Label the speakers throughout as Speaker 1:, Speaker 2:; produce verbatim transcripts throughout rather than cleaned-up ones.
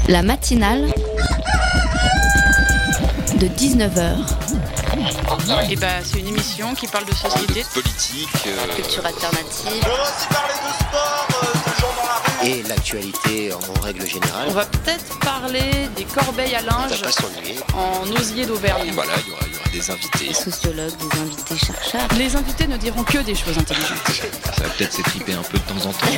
Speaker 1: La matinale de dix-neuf heures.
Speaker 2: Et bah, c'est une émission qui parle de société,
Speaker 3: de politique, euh...
Speaker 1: culture alternative.
Speaker 4: On va aussi parler de sport, euh, de gens dans la rue.
Speaker 5: Et l'actualité en règle générale.
Speaker 2: On va peut-être parler des corbeilles à linge.
Speaker 5: On va pas s'ennuyer.
Speaker 2: En osier d'Auvergne.
Speaker 3: Voilà, il y aura, il y aura des invités.
Speaker 1: Des sociologues, des invités chercheurs.
Speaker 2: Les invités ne diront que des choses intelligentes.
Speaker 3: Ça va peut-être s'étriper un peu de temps en temps,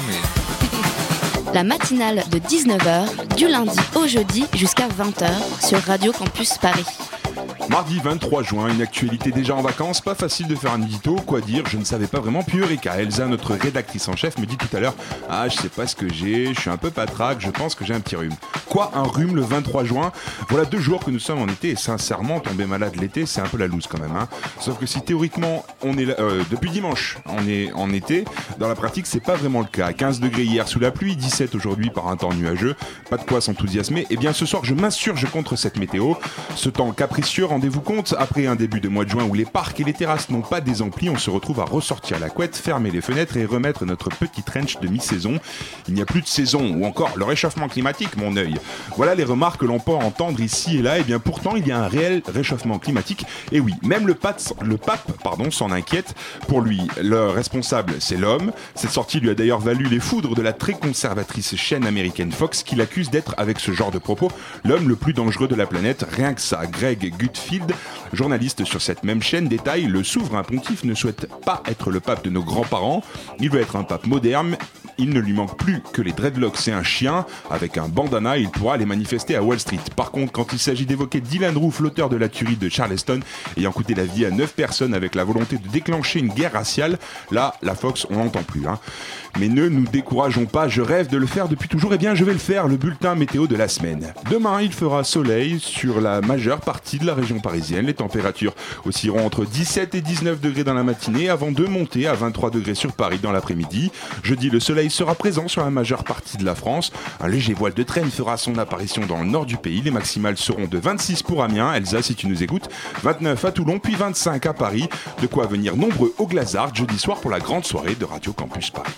Speaker 3: mais...
Speaker 1: La matinale de dix-neuf heures, du lundi au jeudi jusqu'à vingt heures sur Radio Campus Paris.
Speaker 6: Mardi vingt-trois juin, une actualité déjà en vacances, pas facile de faire un édito, quoi dire, je ne savais pas vraiment, puis Eureka, Elsa, notre rédactrice en chef, me dit tout à l'heure « Ah, je sais pas ce que j'ai, je suis un peu patraque, je pense que j'ai un petit rhume. » Quoi, un rhume le vingt-trois juin ? Voilà deux jours que nous sommes en été, et sincèrement, tomber malade l'été, c'est un peu la loose quand même. Hein. Sauf que si théoriquement, on est là, euh, depuis dimanche, on est en été, dans la pratique, c'est pas vraiment le cas. quinze degrés hier sous la pluie, dix-sept aujourd'hui par un temps nuageux, pas de quoi s'enthousiasmer. Et bien ce soir, je m'insurge contre cette météo. Ce temps capricieux, rendez-vous compte, après un début de mois de juin où les parcs et les terrasses n'ont pas des amplis, on se retrouve à ressortir la couette, fermer les fenêtres et remettre notre petit trench de mi-saison. Il n'y a plus de saison, ou encore le réchauffement climatique, mon œil. Voilà les remarques que l'on peut entendre ici et là, et bien pourtant il y a un réel réchauffement climatique. Et oui, même le pape, le pape pardon, s'en inquiète. Pour lui, le responsable, c'est l'homme. Cette sortie lui a d'ailleurs valu les foudres de la très conservatrice chaîne américaine Fox, qui l'accuse d'être, avec ce genre de propos, l'homme le plus dangereux de la planète. Rien que ça, Greg Gutfeld, journaliste sur cette même chaîne, détaille: le souverain pontife ne souhaite pas être le pape de nos grands-parents, il veut être un pape moderne, il ne lui manque plus que les dreadlocks et un chien, avec un bandana, il pourra les manifester à Wall Street. Par contre, quand il s'agit d'évoquer Dylann Roof, l'auteur de la tuerie de Charleston, ayant coûté la vie à neuf personnes avec la volonté de déclencher une guerre raciale, là, la Fox, on l'entend plus. Hein. Mais ne nous décourageons pas, je rêve de le faire depuis toujours, et bien je vais le faire, le bulletin météo de la semaine. Demain, il fera soleil sur la majeure partie de la région parisienne. Les températures oscilleront entre dix-sept et dix-neuf degrés dans la matinée, avant de monter à vingt-trois degrés sur Paris dans l'après-midi. Jeudi, le soleil sera présent sur la majeure partie de la France. Un léger voile de traîne fera son apparition dans le nord du pays. Les maximales seront de vingt-six pour Amiens, Elsa si tu nous écoutes, vingt-neuf à Toulon, puis vingt-cinq à Paris. De quoi venir nombreux au Glazart jeudi soir pour la grande soirée de Radio Campus Paris.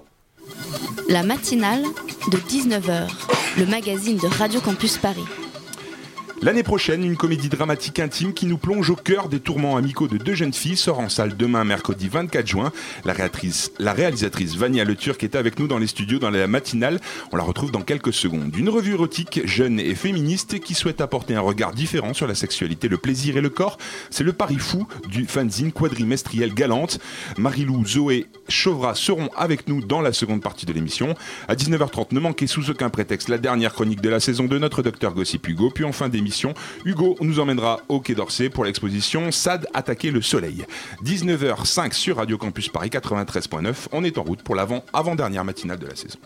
Speaker 1: La matinale de dix-neuf heures, le magazine de Radio Campus Paris.
Speaker 6: L'année prochaine, une comédie dramatique intime qui nous plonge au cœur des tourments amicaux de deux jeunes filles sort en salle demain, mercredi vingt-quatre juin. La, réalisatrice, la réalisatrice Vania Le Turc est avec nous dans les studios dans la matinale. On la retrouve dans quelques secondes. Une revue érotique, jeune et féministe, qui souhaite apporter un regard différent sur la sexualité, le plaisir et le corps. C'est le pari fou du fanzine quadrimestriel Galante. Marilou, Zoé, Chauvra seront avec nous dans la seconde partie de l'émission. À dix-neuf heures trente, ne manquez sous aucun prétexte la dernière chronique de la saison de notre docteur Gossip Hugo. Puis en fin d'émission, Hugo nous emmènera au Quai d'Orsay pour l'exposition Sade attaquer le soleil. dix-neuf heures cinq sur Radio Campus Paris quatre-vingt-treize virgule neuf. On est en route pour l'avant, avant-dernière matinale de la saison.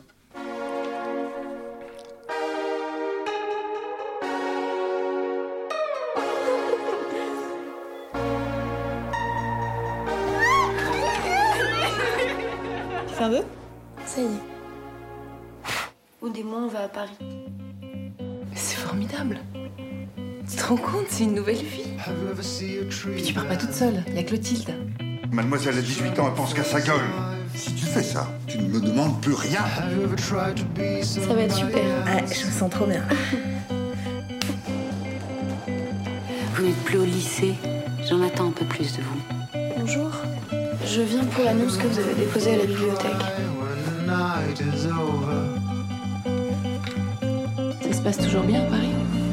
Speaker 7: Tu fais un vœu ?
Speaker 8: Ça y est. Au des mois, on va à Paris.
Speaker 7: C'est formidable. Tu te rends compte, c'est une nouvelle vie. Puis tu pars pas toute seule, il y a Clotilde.
Speaker 9: Mademoiselle a dix-huit ans, elle pense qu'à sa gueule. Si tu fais ça, tu ne me demandes plus rien.
Speaker 8: Ça va être super.
Speaker 7: Ah, je me sens trop bien.
Speaker 10: Vous n'êtes plus au lycée. J'en attends un peu plus de vous.
Speaker 8: Bonjour. Je viens pour la news que vous avez déposée à la bibliothèque.
Speaker 7: Ça se passe toujours bien à Paris ?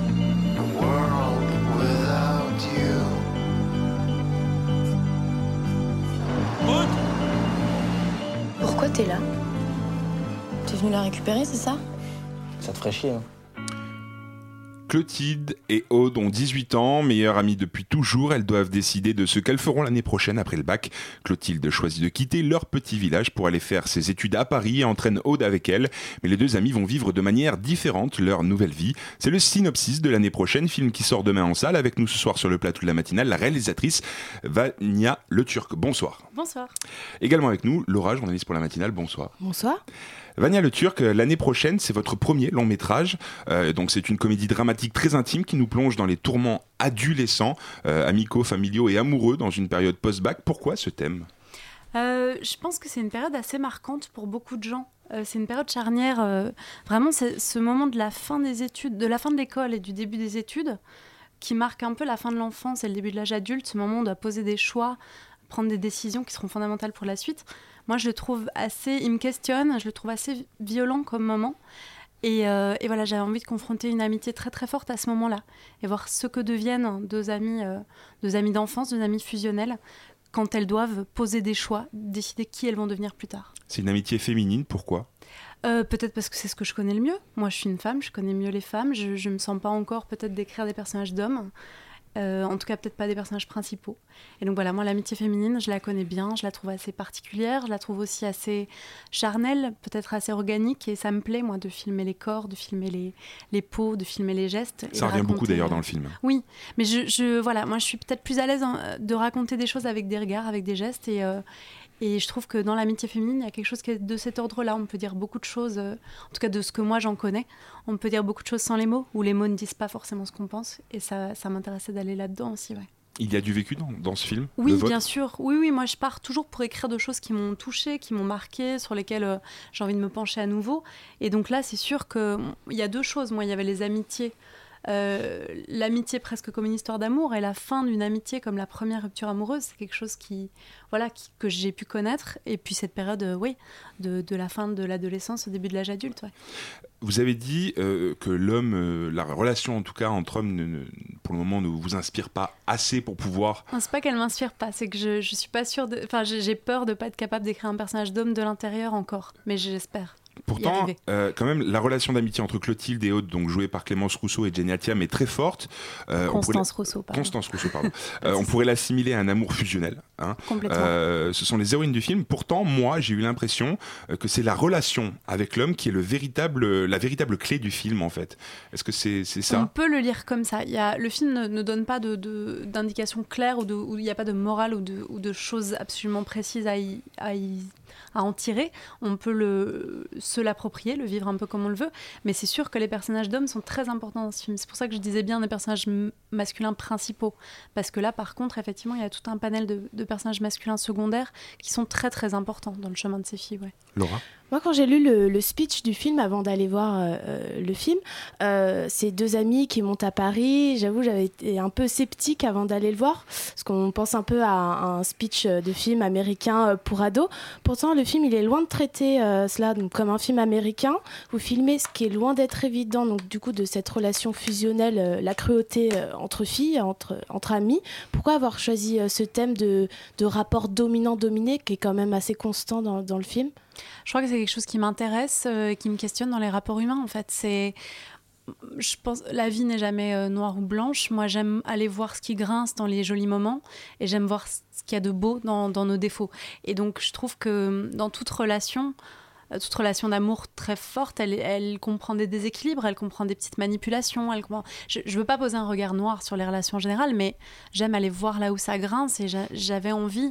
Speaker 8: Pourquoi t'es là ? T'es venu la récupérer, c'est ça ?
Speaker 5: Ça te ferait chier, hein.
Speaker 6: Clotilde et Aude ont dix-huit ans, meilleures amies depuis toujours. Elles doivent décider de ce qu'elles feront l'année prochaine après le bac. Clotilde choisit de quitter leur petit village pour aller faire ses études à Paris et entraîne Aude avec elle. Mais les deux amies vont vivre de manière différente leur nouvelle vie. C'est le synopsis de l'année prochaine, film qui sort demain en salle. Avec nous ce soir sur le plateau de la matinale, la réalisatrice Vania Le Turc. Bonsoir.
Speaker 2: Bonsoir.
Speaker 6: Également avec nous, Laura, journaliste pour la matinale. Bonsoir.
Speaker 7: Bonsoir.
Speaker 6: Vania Le Turc, l'année prochaine, c'est votre premier long métrage. Euh, donc c'est une comédie dramatique très intime qui nous plonge dans les tourments adolescents, euh, amicaux, familiaux et amoureux dans une période post-bac. Pourquoi ce thème ?
Speaker 11: Euh, je pense que c'est une période assez marquante pour beaucoup de gens. Euh, c'est une période charnière. Euh, vraiment, c'est ce moment de la fin des études, de la fin de l'école et du début des études, qui marque un peu la fin de l'enfance et le début de l'âge adulte. Ce moment où on doit poser des choix, prendre des décisions qui seront fondamentales pour la suite. Moi, je le trouve assez... Il me questionne, je le trouve assez violent comme moment. Et, euh, et voilà, j'avais envie de confronter une amitié très très forte à ce moment-là. Et voir ce que deviennent deux amis, euh, deux amis d'enfance, deux amis fusionnels, quand elles doivent poser des choix, décider qui elles vont devenir plus tard.
Speaker 6: C'est une amitié féminine, pourquoi ?
Speaker 11: Euh, peut-être parce que c'est ce que je connais le mieux. Moi, je suis une femme, je connais mieux les femmes. Je ne me sens pas encore peut-être d'écrire des personnages d'hommes. Euh, en tout cas, peut-être pas des personnages principaux. Et donc voilà, moi, l'amitié féminine, je la connais bien. Je la trouve assez particulière. Je la trouve aussi assez charnelle, peut-être assez organique. Et ça me plaît, moi, de filmer les corps, de filmer les, les peaux, de filmer les gestes.
Speaker 6: Ça revient
Speaker 11: raconter...
Speaker 6: beaucoup, d'ailleurs, dans le film.
Speaker 11: Oui, mais je, je, voilà, moi, je suis peut-être plus à l'aise hein, de raconter des choses avec des regards, avec des gestes. Et... Euh, Et je trouve que dans l'amitié féminine, il y a quelque chose qui est de cet ordre-là. On peut dire beaucoup de choses, euh, en tout cas de ce que moi j'en connais. On peut dire beaucoup de choses sans les mots, où les mots ne disent pas forcément ce qu'on pense. Et ça, ça m'intéressait d'aller là-dedans aussi, ouais.
Speaker 6: Il y a du vécu dans, dans ce film ?
Speaker 11: Oui, bien sûr. Oui, oui, moi je pars toujours pour écrire de choses qui m'ont touchée, qui m'ont marquée, sur lesquelles euh, j'ai envie de me pencher à nouveau. Et donc là, c'est sûr qu'il y a deux choses. Moi, il y avait les amitiés. Euh, l'amitié presque comme une histoire d'amour et la fin d'une amitié comme la première rupture amoureuse, c'est quelque chose qui, voilà, qui, que j'ai pu connaître. Et puis cette période, euh, oui, de, de la fin de l'adolescence au début de l'âge adulte. Ouais.
Speaker 6: Vous avez dit euh, que l'homme, euh, la relation en tout cas entre hommes, ne, ne, pour le moment, ne vous inspire pas assez pour pouvoir...
Speaker 11: Non, c'est pas qu'elle m'inspire pas, c'est que je, je suis pas sûre de... Enfin, j'ai, j'ai peur de pas être capable d'écrire un personnage d'homme de l'intérieur encore, mais j'espère.
Speaker 6: Pourtant, euh, quand même, la relation d'amitié entre Clotilde et Aude, donc jouée par Clémence Rousseau et Jenny Attiam, est très forte.
Speaker 11: Euh, Constance Rousseau, pardon.
Speaker 6: Constance Rousseau, pardon. euh, on pourrait l'assimiler à un amour fusionnel. Hein.
Speaker 11: Complètement.
Speaker 6: Euh, ce sont les héroïnes du film. Pourtant, moi, j'ai eu l'impression que c'est la relation avec l'homme qui est le véritable, la véritable clé du film, en fait. Est-ce que c'est, c'est ça ?
Speaker 11: On peut le lire comme ça. Il y a, le film ne, ne donne pas de, de, d'indications claires ou, de, où il n'y a pas de morale ou de, ou de choses absolument précises à y, à y à en tirer. On peut le, se l'approprier, le vivre un peu comme on le veut, mais c'est sûr que les personnages d'hommes sont très importants dans ce film. C'est pour ça que je disais bien des personnages m- masculins principaux, parce que là, par contre, effectivement, il y a tout un panel de, de personnages masculins secondaires qui sont très très importants dans le chemin de ces filles. Ouais.
Speaker 6: Laura ?
Speaker 8: Moi, quand j'ai lu le, le speech du film avant d'aller voir euh, le film, euh, ces deux amis qui montent à Paris, j'avoue, j'avais été un peu sceptique avant d'aller le voir, parce qu'on pense un peu à un, un speech de film américain pour ados. Pourtant, le film, il est loin de traiter euh, cela donc, comme un film américain. Vous filmez ce qui est loin d'être évident, donc du coup, de cette relation fusionnelle, euh, la cruauté euh, entre filles, entre, entre amis. Pourquoi avoir choisi euh, ce thème de, de rapport dominant-dominé, qui est quand même assez constant dans, dans le film ?
Speaker 11: Je crois que c'est quelque chose qui m'intéresse, euh, qui me questionne dans les rapports humains, en fait. C'est... Je pense la vie n'est jamais euh, noire ou blanche. Moi, j'aime aller voir ce qui grince dans les jolis moments et j'aime voir ce qu'il y a de beau dans, dans nos défauts. Et donc, je trouve que dans toute relation, euh, toute relation d'amour très forte, elle, elle comprend des déséquilibres, elle comprend des petites manipulations. Elle comprend... Je ne veux pas poser un regard noir sur les relations en général, mais j'aime aller voir là où ça grince et j'a, j'avais envie...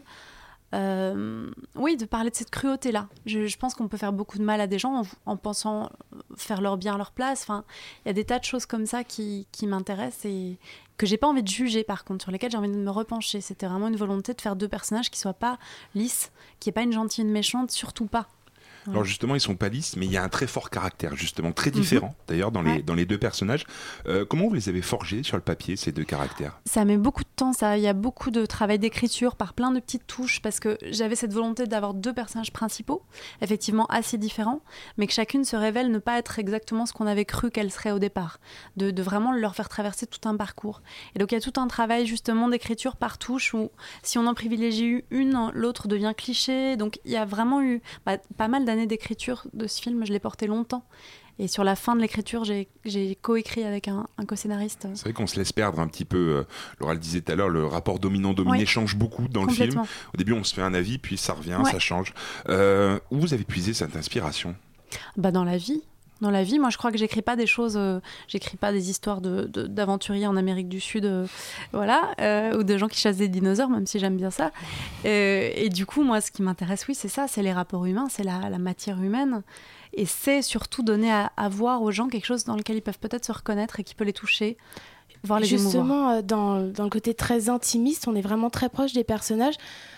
Speaker 11: Euh, oui, de parler de cette cruauté-là. Je, je pense qu'on peut faire beaucoup de mal à des gens en, en pensant faire leur bien à leur place. Enfin, il y a des tas de choses comme ça qui, qui m'intéressent et que j'ai pas envie de juger, par contre, sur lesquelles j'ai envie de me repencher. C'était vraiment une volonté de faire deux personnages qui soient pas lisses, qui est pas une gentille et une méchante, surtout pas.
Speaker 6: Alors justement, ils sont pas lisses, mais il y a un très fort caractère, justement, très différent, mm-hmm. d'ailleurs, dans les, ouais. dans les deux personnages. Euh, comment vous les avez forgés sur le papier, ces deux caractères ?
Speaker 11: Ça met beaucoup de temps, ça. Il y a beaucoup de travail d'écriture par plein de petites touches, parce que j'avais cette volonté d'avoir deux personnages principaux, effectivement assez différents, mais que chacune se révèle ne pas être exactement ce qu'on avait cru qu'elle serait au départ, de, de vraiment leur faire traverser tout un parcours. Et donc il y a tout un travail, justement, d'écriture par touche, où si on en privilégie une, l'autre devient cliché. Donc il y a vraiment eu bah, pas mal d'années d'écriture de ce film, je l'ai porté longtemps. Et sur la fin de l'écriture, j'ai, j'ai co-écrit avec un, un co-scénariste.
Speaker 6: C'est vrai qu'on se laisse perdre un petit peu. Laura le disait tout à l'heure, le rapport dominant-dominé oui. change beaucoup dans le film. Au début, on se fait un avis, puis ça revient, ouais. ça change. Euh, où vous avez puisé cette inspiration ?
Speaker 11: Bah, dans la vie. Dans la vie, moi, je crois que j'écris pas des choses, euh, j'écris pas des histoires de, de, d'aventuriers en Amérique du Sud, euh, voilà, euh, ou de gens qui chassent des dinosaures, même si j'aime bien ça. Euh, et du coup, moi, ce qui m'intéresse, oui, c'est ça, c'est les rapports humains, c'est la, la matière humaine. Et c'est surtout donner à, à voir aux gens quelque chose dans lequel ils peuvent peut-être se reconnaître et qui peut les toucher, voir les émouvoir.
Speaker 8: Justement, dans, dans le côté très intimiste, on est vraiment très proche des personnages.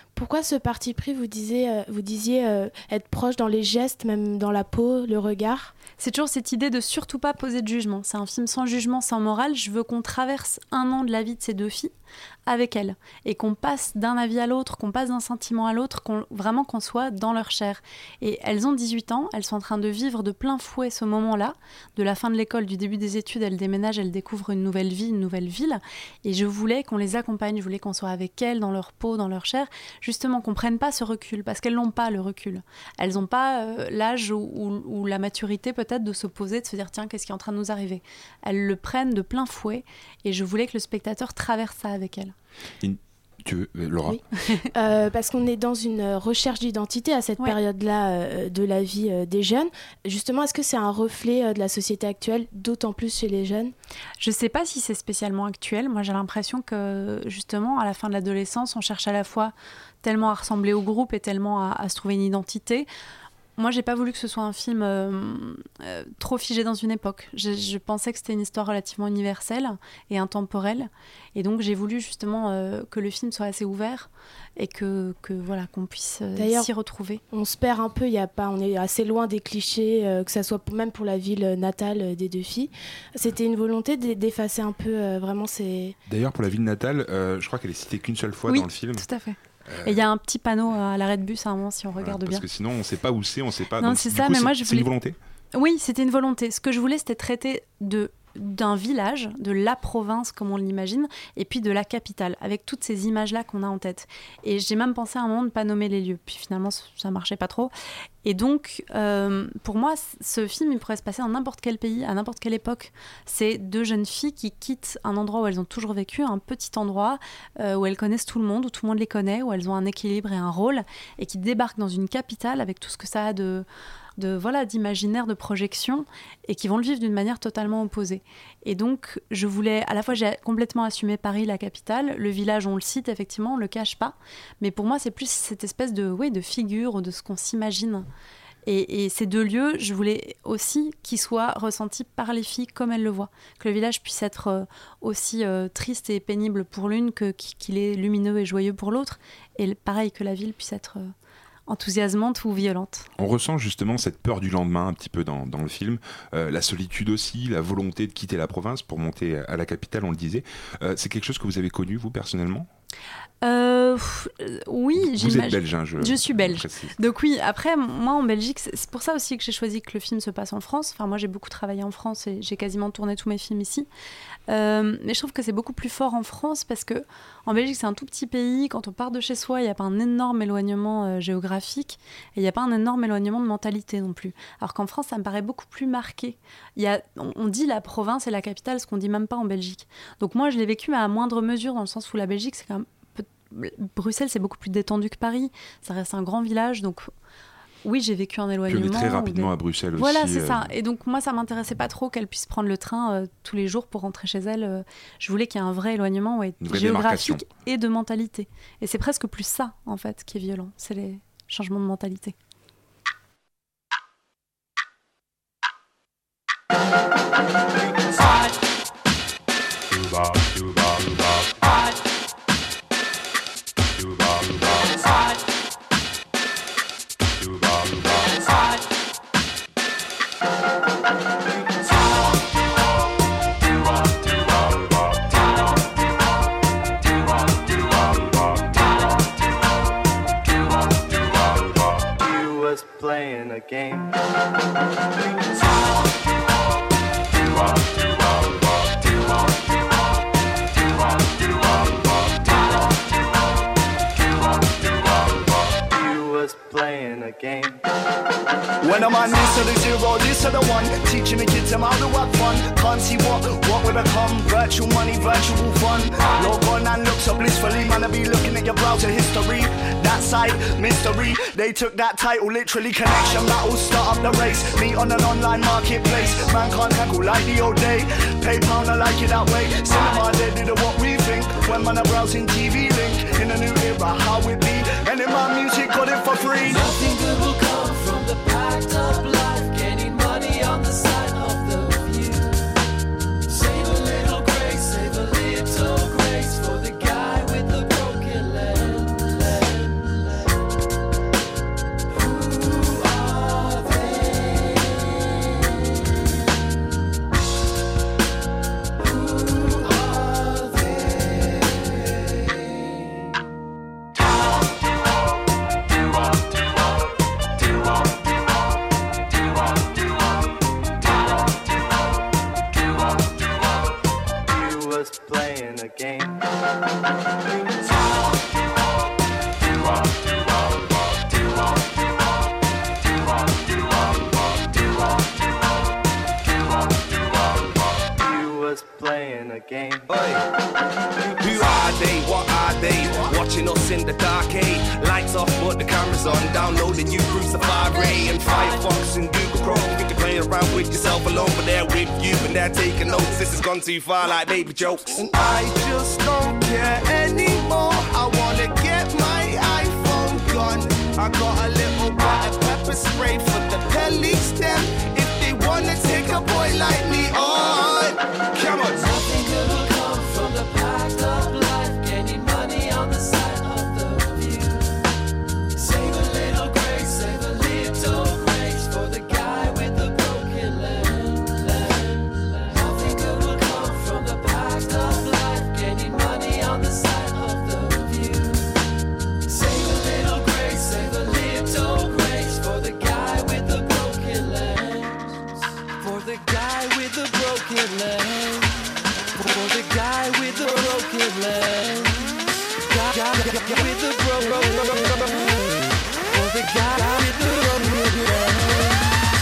Speaker 8: Pourquoi ce parti pris, vous disiez, euh, vous disiez euh, être proche dans les gestes, même dans la peau, le regard ?
Speaker 11: C'est toujours cette idée de surtout pas poser de jugement. C'est un film sans jugement, sans morale. Je veux qu'on traverse un an de la vie de ces deux filles avec elles et qu'on passe d'un avis à l'autre, qu'on passe d'un sentiment à l'autre, qu'on, vraiment qu'on soit dans leur chair. Et elles ont dix-huit ans, elles sont en train de vivre de plein fouet ce moment-là, de la fin de l'école, du début des études, elles déménagent, elles découvrent une nouvelle vie, une nouvelle ville. Et je voulais qu'on les accompagne, je voulais qu'on soit avec elles, dans leur peau, dans leur chair, justement qu'on prenne pas ce recul, parce qu'elles n'ont pas le recul. Elles n'ont pas euh, l'âge ou, ou, ou la maturité peut-être de se poser, de se dire tiens, qu'est-ce qui est en train de nous arriver ? Elles le prennent de plein fouet et je voulais que le spectateur traverse ça avec elles.
Speaker 6: In... Tu veux, Laura ?
Speaker 8: Oui. euh, parce qu'on est dans une recherche d'identité à cette ouais. période-là euh, de la vie euh, des jeunes. Justement, est-ce que c'est un reflet euh, de la société actuelle, d'autant plus chez les jeunes ?
Speaker 11: Je ne sais pas si c'est spécialement actuel. Moi, j'ai l'impression que, justement, à la fin de l'adolescence, on cherche à la fois tellement à ressembler au groupe et tellement à, à se trouver une identité. Moi, j'ai pas voulu que ce soit un film euh, euh, trop figé dans une époque. Je, je pensais que c'était une histoire relativement universelle et intemporelle. Et donc, j'ai voulu justement euh, que le film soit assez ouvert et que, que voilà, qu'on puisse euh, s'y retrouver.
Speaker 8: On se perd un peu, y a pas, on est assez loin des clichés, euh, que ça soit pour, même pour la ville natale des deux filles. C'était une volonté d'effacer un peu euh, vraiment ces...
Speaker 6: D'ailleurs, pour la ville natale, euh, je crois qu'elle est citée qu'une seule fois
Speaker 11: oui,
Speaker 6: dans le film.
Speaker 11: Tout à fait. Et il y a un petit panneau à l'arrêt de bus à un moment si on regarde
Speaker 6: voilà,
Speaker 11: bien.
Speaker 6: Parce que sinon on ne sait pas où c'est, on ne sait pas.
Speaker 11: Non,
Speaker 6: donc,
Speaker 11: c'est
Speaker 6: du
Speaker 11: ça,
Speaker 6: coup,
Speaker 11: mais
Speaker 6: c'est,
Speaker 11: moi je
Speaker 6: c'est
Speaker 11: voulais.
Speaker 6: une volonté ?
Speaker 11: Oui, c'était une volonté. Ce que je voulais, c'était traiter de d'un village, de la province comme on l'imagine, et puis de la capitale, avec toutes ces images-là qu'on a en tête. Et j'ai même pensé à un moment de ne pas nommer les lieux, puis finalement ça ne marchait pas trop. Et donc, euh, pour moi, ce film, il pourrait se passer dans n'importe quel pays, à n'importe quelle époque. C'est deux jeunes filles qui quittent un endroit où elles ont toujours vécu, un petit endroit euh, où elles connaissent tout le monde, où tout le monde les connaît, où elles ont un équilibre et un rôle, et qui débarquent dans une capitale avec tout ce que ça a de... de voilà d'imaginaire, de projection, et qui vont le vivre d'une manière totalement opposée. Et donc, je voulais, à la fois, j'ai complètement assumé Paris, la capitale, le village, on le cite, effectivement, on le cache pas, mais pour moi, c'est plus cette espèce de, oui, de figure, ou de ce qu'on s'imagine. Et, et ces deux lieux, je voulais aussi qu'ils soient ressentis par les filles comme elles le voient, que le village puisse être euh, aussi euh, triste et pénible pour l'une que, qu'il est lumineux et joyeux pour l'autre, et pareil, que la ville puisse être... Euh, enthousiasmante ou violente.
Speaker 6: On ressent justement cette peur du lendemain un petit peu dans, dans le film, euh, la solitude aussi, la volonté de quitter la province pour monter à la capitale, on le disait. Euh, c'est quelque chose que vous avez connu, vous, personnellement ?
Speaker 11: Euh, oui,
Speaker 6: vous
Speaker 11: j'imagine.
Speaker 6: êtes belge, hein, je,
Speaker 11: je suis belge.
Speaker 6: Je
Speaker 11: Donc oui, après, moi en Belgique, c'est pour ça aussi que j'ai choisi que le film se passe en France. Enfin, moi j'ai beaucoup travaillé en France et j'ai quasiment tourné tous mes films ici. Euh, mais je trouve que c'est beaucoup plus fort en France parce que en Belgique, c'est un tout petit pays. Quand on part de chez soi, il n'y a pas un énorme éloignement euh, géographique et il n'y a pas un énorme éloignement de mentalité non plus. Alors qu'en France, ça me paraît beaucoup plus marqué. Il y a, on, on dit la province et la capitale, ce qu'on dit même pas en Belgique. Donc moi, je l'ai vécu mais à moindre mesure dans le sens où la Belgique, c'est quand même Bruxelles, c'est beaucoup plus détendu que Paris. Ça reste un grand village, donc oui, j'ai vécu un éloignement.
Speaker 6: Puis on est très rapidement
Speaker 11: des...
Speaker 6: à Bruxelles aussi.
Speaker 11: Voilà, c'est
Speaker 6: euh...
Speaker 11: ça. Et donc moi, ça m'intéressait pas trop qu'elle puisse prendre le train euh, tous les jours pour rentrer chez elle. Euh, je voulais qu'il y ait un vrai éloignement, ouais, géographique et de mentalité. Et c'est presque plus ça, en fait, qui est violent. C'est les changements de mentalité.
Speaker 12: Playing a game. You was playing a game.
Speaker 13: When I'm on this to the zero, this to the one, teaching the kids them how to have fun. Can't see what, what will become. Virtual money, virtual fun. Log on and look so blissfully. Man, I be looking at your browser history. That site, mystery. They took that title, literally connection. That'll start up the race. Meet on an online marketplace. Man can't tackle like the old day. PayPal, I like it that way. Cinema, they did what we think. When man, I browsing T V link. In a new era, how it be. And in my music, got it for free.
Speaker 14: Nothing good will come from the packed up life. Getting money on the side of the view. Save a little grace, save a little grace for the guy with the broken leg.
Speaker 12: was playing a game.
Speaker 13: Who are they? What are they? Watching us in the darkade. Lights off, but the camera's on. Downloading you through Safari and Firefox and Google Chrome. You think you're playing around with yourself alone, but they're with you and they're taking notes. This has gone too far, like baby jokes.
Speaker 14: And I just don't care anymore. I wanna get my iPhone gone. I got a little bit of pepper spray for the police them. If they wanna take a boy like me on, come on.
Speaker 15: Nothing good will come from the packed up life. Gaining money on the side of the view. Save a little grace, save a little grace for the guy with the broken leg. Nothing good will come from the packed up life. Gaining money on the side of the view. Save a little grace, save a little grace for the guy with the broken legs.
Speaker 14: For the guy with the broken leg. For the guy with the broken leg. Guy, guy, guy with the broken leg. For the guy with the broken leg.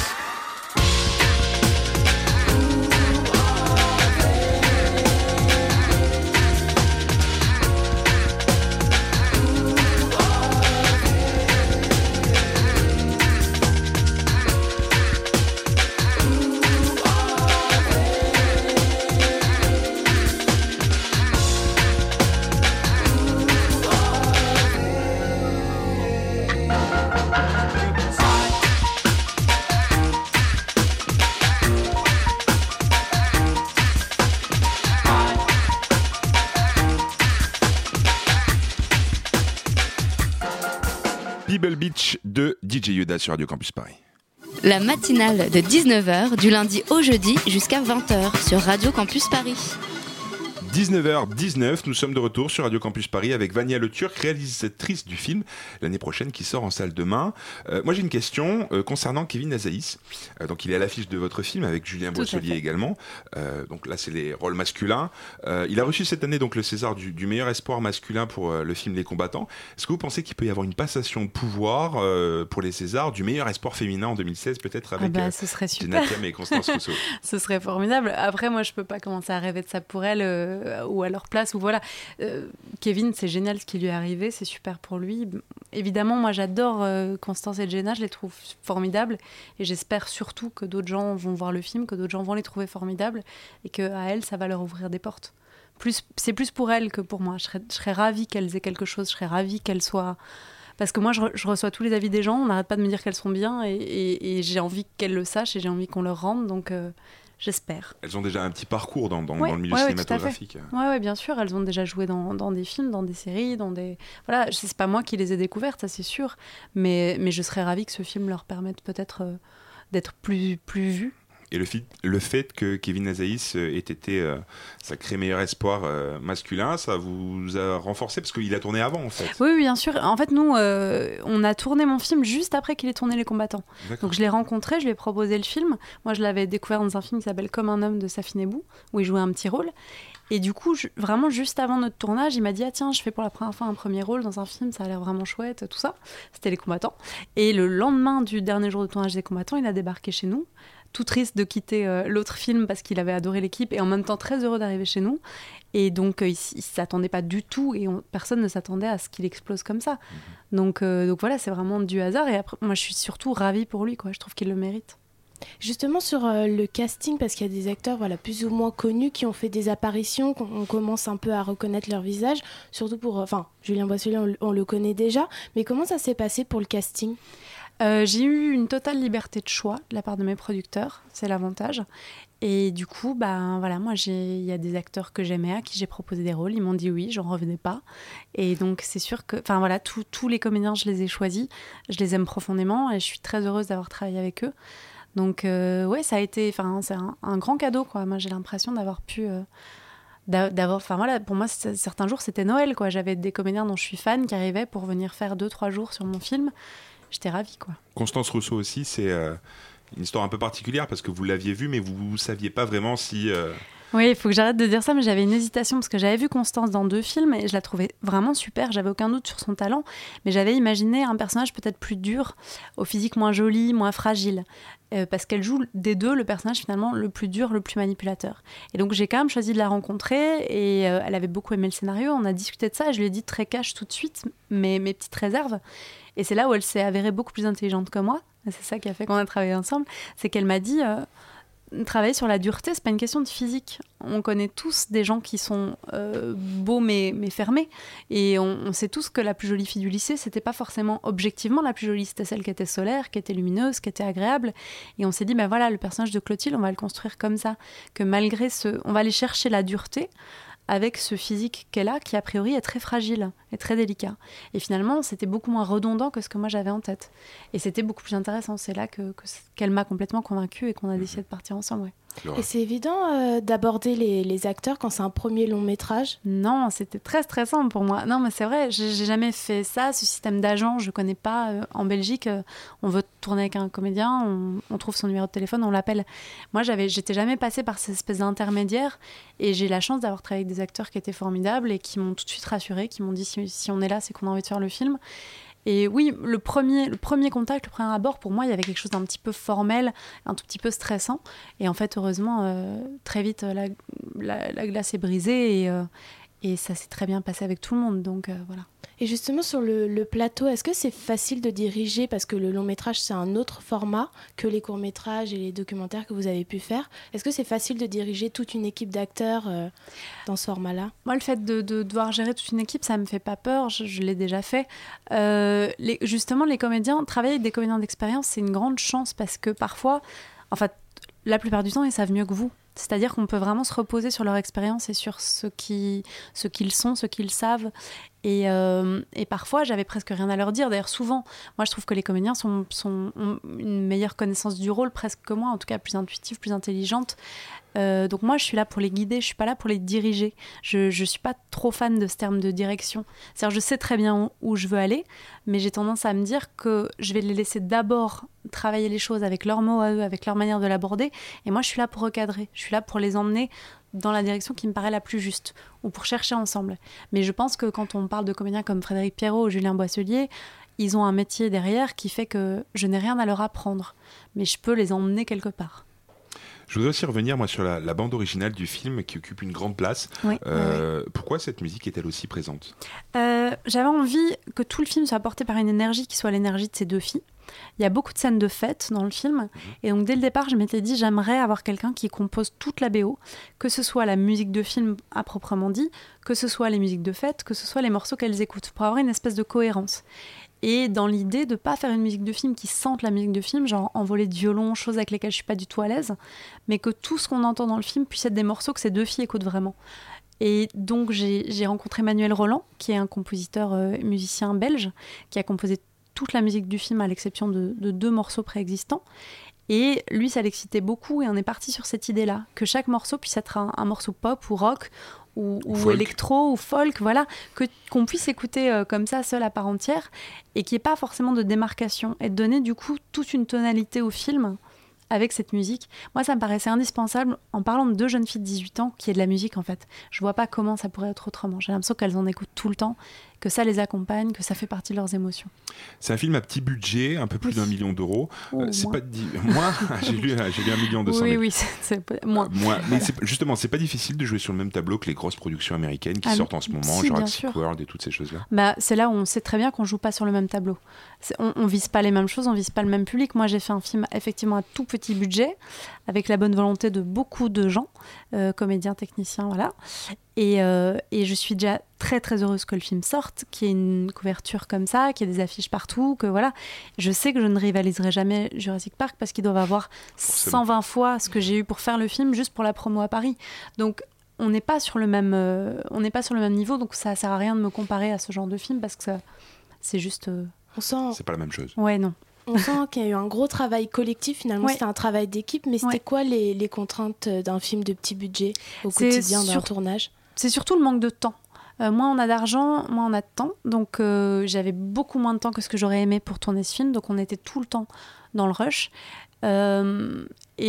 Speaker 6: Pebble Beach de D J Yoda sur Radio Campus Paris.
Speaker 1: La matinale de dix-neuf heures du lundi au jeudi jusqu'à vingt heures sur Radio Campus Paris.
Speaker 6: dix-neuf heures dix-neuf, nous sommes de retour sur Radio Campus Paris avec Vania Le Turc, réalisatrice du film l'année prochaine qui sort en salle demain. Euh, moi j'ai une question euh, concernant Kevin Azaïs. Euh, donc il est à l'affiche de votre film avec Julien Boisselier également. Euh, donc là c'est les rôles masculins. Euh, il a reçu cette année donc le César du, du meilleur espoir masculin pour euh, le film Les Combattants. Est-ce que vous pensez qu'il peut y avoir une passation de pouvoir euh, pour les Césars du meilleur espoir féminin en deux mille seize peut-être avec
Speaker 11: ah bah, ce serait
Speaker 6: Jenna Thiam et Constance Rousseau?
Speaker 11: Ce serait formidable. Après moi je peux pas commencer à rêver de ça pour elle. Euh... ou à leur place, ou voilà. Euh, Kevin, c'est génial ce qui lui est arrivé, c'est super pour lui. Évidemment, moi j'adore euh, Constance et Jenna, je les trouve formidables, et j'espère surtout que d'autres gens vont voir le film, que d'autres gens vont les trouver formidables, et qu'à elles, ça va leur ouvrir des portes. Plus, c'est plus pour elles que pour moi. Je serais, je serais ravie qu'elles aient quelque chose, je serais ravie qu'elles soient... Parce que moi, je, re, je reçois tous les avis des gens, on n'arrête pas de me dire qu'elles sont bien, et, et, et j'ai envie qu'elles le sachent, et j'ai envie qu'on leur rende, donc... Euh, J'espère.
Speaker 6: Elles ont déjà un petit parcours dans, dans,
Speaker 11: ouais,
Speaker 6: dans le milieu
Speaker 11: ouais,
Speaker 6: cinématographique.
Speaker 11: Oui, ouais, ouais, bien sûr. Elles ont déjà joué dans, dans des films, dans des séries, dans des... Voilà, c'est pas moi qui les ai découvertes, ça c'est sûr. Mais, mais je serais ravie que ce film leur permette peut-être euh, d'être plus, plus vus.
Speaker 6: Et le fait, le fait que Kevin Azaïs ait été euh, sacré meilleur espoir euh, masculin, ça vous a renforcé parce qu'il a tourné avant en fait.
Speaker 11: Oui, oui, bien sûr. En fait, nous, euh, on a tourné mon film juste après qu'il ait tourné Les Combattants. D'accord. Donc je l'ai rencontré, je lui ai proposé le film. Moi, je l'avais découvert dans un film qui s'appelle Comme un homme de Safin Ebou, où il jouait un petit rôle. Et du coup, je, vraiment juste avant notre tournage, il m'a dit ah tiens, je fais pour la première fois un premier rôle dans un film, ça a l'air vraiment chouette, tout ça. C'était Les Combattants. Et le lendemain du dernier jour de tournage des Combattants, il a débarqué chez nous. Tout triste de quitter euh, l'autre film parce qu'il avait adoré l'équipe et en même temps très heureux d'arriver chez nous. Et donc, euh, il ne s'attendait pas du tout et on, personne ne s'attendait à ce qu'il explose comme ça. Mmh. Donc, euh, donc voilà, c'est vraiment du hasard. Et après, moi, je suis surtout ravie pour lui, quoi. Je trouve qu'il le mérite.
Speaker 8: Justement sur euh, le casting, parce qu'il y a des acteurs voilà, plus ou moins connus qui ont fait des apparitions, on commence un peu à reconnaître leur visage, surtout pour... Enfin, euh, Julien Boisselier, on, on le connaît déjà, mais comment ça s'est passé pour le casting ?
Speaker 11: Euh, j'ai eu une totale liberté de choix de la part de mes producteurs, c'est l'avantage. Et du coup, bah, voilà, moi, il y a des acteurs que j'aimais, à qui j'ai proposé des rôles. Ils m'ont dit oui, j'en revenais pas. Et donc, c'est sûr que... Enfin, voilà, tous les comédiens, je les ai choisis. Je les aime profondément et je suis très heureuse d'avoir travaillé avec eux. Donc, euh, ouais, ça a été... Enfin, c'est un, un grand cadeau, quoi. Moi, j'ai l'impression d'avoir pu... Euh, d'avoir... Enfin, voilà, pour moi, certains jours, c'était Noël, quoi. J'avais des comédiens dont je suis fan qui arrivaient pour venir faire deux, trois jours sur mon film. J'étais ravie, quoi.
Speaker 6: Constance Rousseau aussi, c'est euh, une histoire un peu particulière parce que vous l'aviez vue, mais vous ne saviez pas vraiment si... Euh...
Speaker 11: Oui, il faut que j'arrête de dire ça, mais j'avais une hésitation parce que j'avais vu Constance dans deux films et je la trouvais vraiment super, j'avais aucun doute sur son talent, mais j'avais imaginé un personnage peut-être plus dur, au physique moins joli, moins fragile, euh, parce qu'elle joue des deux le personnage finalement le plus dur, le plus manipulateur. Et donc j'ai quand même choisi de la rencontrer et euh, elle avait beaucoup aimé le scénario, on a discuté de ça et je lui ai dit très cash tout de suite mes, mes petites réserves. Et c'est là où elle s'est avérée beaucoup plus intelligente que moi, et c'est ça qui a fait qu'on a travaillé ensemble, c'est qu'elle m'a dit... Euh, travailler sur la dureté, c'est pas une question de physique. On connaît tous des gens qui sont euh, beaux mais, mais fermés. Et on, on sait tous que la plus jolie fille du lycée, c'était pas forcément objectivement la plus jolie. C'était celle qui était solaire, qui était lumineuse, qui était agréable. Et on s'est dit, ben voilà, le personnage de Clotilde, on va le construire comme ça. Que malgré ce... On va aller chercher la dureté avec ce physique qu'elle a, qui a priori est très fragile et très délicat. Et finalement, c'était beaucoup moins redondant que ce que moi j'avais en tête. Et c'était beaucoup plus intéressant. C'est là que, que, qu'elle m'a complètement convaincue et qu'on a décidé de partir ensemble. Ouais.
Speaker 8: Et c'est évident euh, d'aborder les, les acteurs quand c'est un premier long métrage ?
Speaker 11: Non, c'était très stressant pour moi. Non, mais c'est vrai, j'ai, j'ai jamais fait ça, ce système d'agent, je connais pas. Euh, en Belgique, euh, on veut tourner avec un comédien, on, on trouve son numéro de téléphone, on l'appelle. Moi, j'avais, j'étais jamais passée par cette espèce d'intermédiaire et j'ai la chance d'avoir travaillé avec des acteurs qui étaient formidables et qui m'ont tout de suite rassurée, qui m'ont dit si, si on est là, c'est qu'on a envie de faire le film. Et oui, le premier, le premier contact, le premier abord, pour moi, il y avait quelque chose d'un petit peu formel, un tout petit peu stressant. Et en fait, heureusement, euh, très vite, la, la, la glace est brisée et, euh, et ça s'est très bien passé avec tout le monde. Donc euh, voilà.
Speaker 8: Et justement, sur le, le plateau, est-ce que c'est facile de diriger, parce que le long métrage, c'est un autre format que les courts-métrages et les documentaires que vous avez pu faire. Est-ce que c'est facile de diriger toute une équipe d'acteurs euh, dans ce format-là ?
Speaker 11: Moi, le fait de, de devoir gérer toute une équipe, ça me fait pas peur, je, je l'ai déjà fait. Euh, les, justement, les comédiens, travailler avec des comédiens d'expérience, c'est une grande chance, parce que parfois, en fait, la plupart du temps, ils savent mieux que vous. C'est-à-dire qu'on peut vraiment se reposer sur leur expérience et sur ce, qui, ce qu'ils sont, ce qu'ils savent. Et, euh, et parfois, j'avais presque rien à leur dire. D'ailleurs, souvent, moi, je trouve que les comédiens sont, sont, ont une meilleure connaissance du rôle presque que moi, en tout cas plus intuitive, plus intelligente. Euh, donc moi, je suis là pour les guider, je ne suis pas là pour les diriger. Je ne suis pas trop fan de ce terme de direction. C'est-à-dire, je sais très bien où, où je veux aller, mais j'ai tendance à me dire que je vais les laisser d'abord travailler les choses avec leurs mots à eux, avec leur manière de l'aborder. Et moi, je suis là pour recadrer. Je suis là pour les emmener dans la direction qui me paraît la plus juste, ou pour chercher ensemble. Mais je pense que quand on parle de comédiens comme Frédéric Pierrot ou Julien Boisselier, ils ont un métier derrière qui fait que je n'ai rien à leur apprendre, mais je peux les emmener quelque part.
Speaker 6: Je voudrais aussi revenir moi sur la, la bande originale du film qui occupe une grande place.
Speaker 11: Oui,
Speaker 6: euh,
Speaker 11: oui.
Speaker 6: Pourquoi cette musique est-elle aussi présente ?
Speaker 11: euh, J'avais envie que tout le film soit porté par une énergie qui soit l'énergie de ces deux filles. Il y a beaucoup de scènes de fête dans le film, mmh. et donc dès le départ, je m'étais dit j'aimerais avoir quelqu'un qui compose toute la B O, que ce soit la musique de film à proprement dit, que ce soit les musiques de fête, que ce soit les morceaux qu'elles écoutent, pour avoir une espèce de cohérence. Et dans l'idée de ne pas faire une musique de film qui sente la musique de film, genre envolée de violon, choses avec lesquelles je ne suis pas du tout à l'aise, mais que tout ce qu'on entend dans le film puisse être des morceaux que ces deux filles écoutent vraiment. Et donc j'ai, j'ai rencontré Manuel Roland, qui est un compositeur euh, musicien belge, qui a composé toute la musique du film à l'exception de, de deux morceaux préexistants. Et lui, ça l'excitait beaucoup et on est parti sur cette idée-là, que chaque morceau puisse être un, un morceau pop ou rock ou, ou électro ou folk, voilà, que, qu'on puisse écouter euh, comme ça, seul à part entière, et qu'il n'y ait pas forcément de démarcation, et de donner du coup toute une tonalité au film avec cette musique. Moi, ça me paraissait indispensable, en parlant de deux jeunes filles de dix-huit ans, qui est de la musique en fait. Je vois pas comment ça pourrait être autrement. J'ai l'impression qu'elles en écoutent tout le temps, que ça les accompagne, que ça fait partie de leurs émotions.
Speaker 6: C'est un film à petit budget, un peu plus oui. d'un million d'euros.
Speaker 11: Oh,
Speaker 6: euh, c'est
Speaker 11: moins.
Speaker 6: pas di... Moi, j'ai lu, j'ai lu un million deux cent mille.
Speaker 11: Oui, oui, c'est, c'est pas... moins.
Speaker 6: Euh, moi, mais c'est, justement, c'est pas difficile de jouer sur le même tableau que les grosses productions américaines qui ah, sortent en ce moment,
Speaker 11: si,
Speaker 6: Jurassic World et toutes ces choses-là.
Speaker 11: Bah, c'est là où on sait très bien qu'on joue pas sur le même tableau. C'est, on, on vise pas les mêmes choses, on vise pas le même public. Moi, j'ai fait un film effectivement à tout petit budget, avec la bonne volonté de beaucoup de gens, euh, comédiens, techniciens, voilà. Et, euh, et je suis déjà très très heureuse que le film sorte, qu'il y ait une couverture comme ça, qu'il y ait des affiches partout, que voilà. Je sais que je ne rivaliserai jamais Jurassic Park parce qu'ils doivent avoir cent vingt fois ce que j'ai eu pour faire le film juste pour la promo à Paris. Donc on n'est pas sur le même, euh, on n'est pas sur le même niveau, donc ça sert à rien de me comparer à ce genre de film parce que ça, c'est juste. Euh...
Speaker 8: On sent.
Speaker 6: C'est pas la même chose.
Speaker 11: Ouais, non.
Speaker 8: On sent qu'il y a eu un gros travail collectif, finalement, ouais. C'était un travail d'équipe, mais c'était ouais. quoi les, les contraintes d'un film de petit budget au c'est quotidien sur... d'un tournage ?
Speaker 11: C'est surtout le manque de temps. Euh, moins on a d'argent, moins on a de temps. Donc euh, j'avais beaucoup moins de temps que ce que j'aurais aimé pour tourner ce film. Donc on était tout le temps dans le rush. Euh,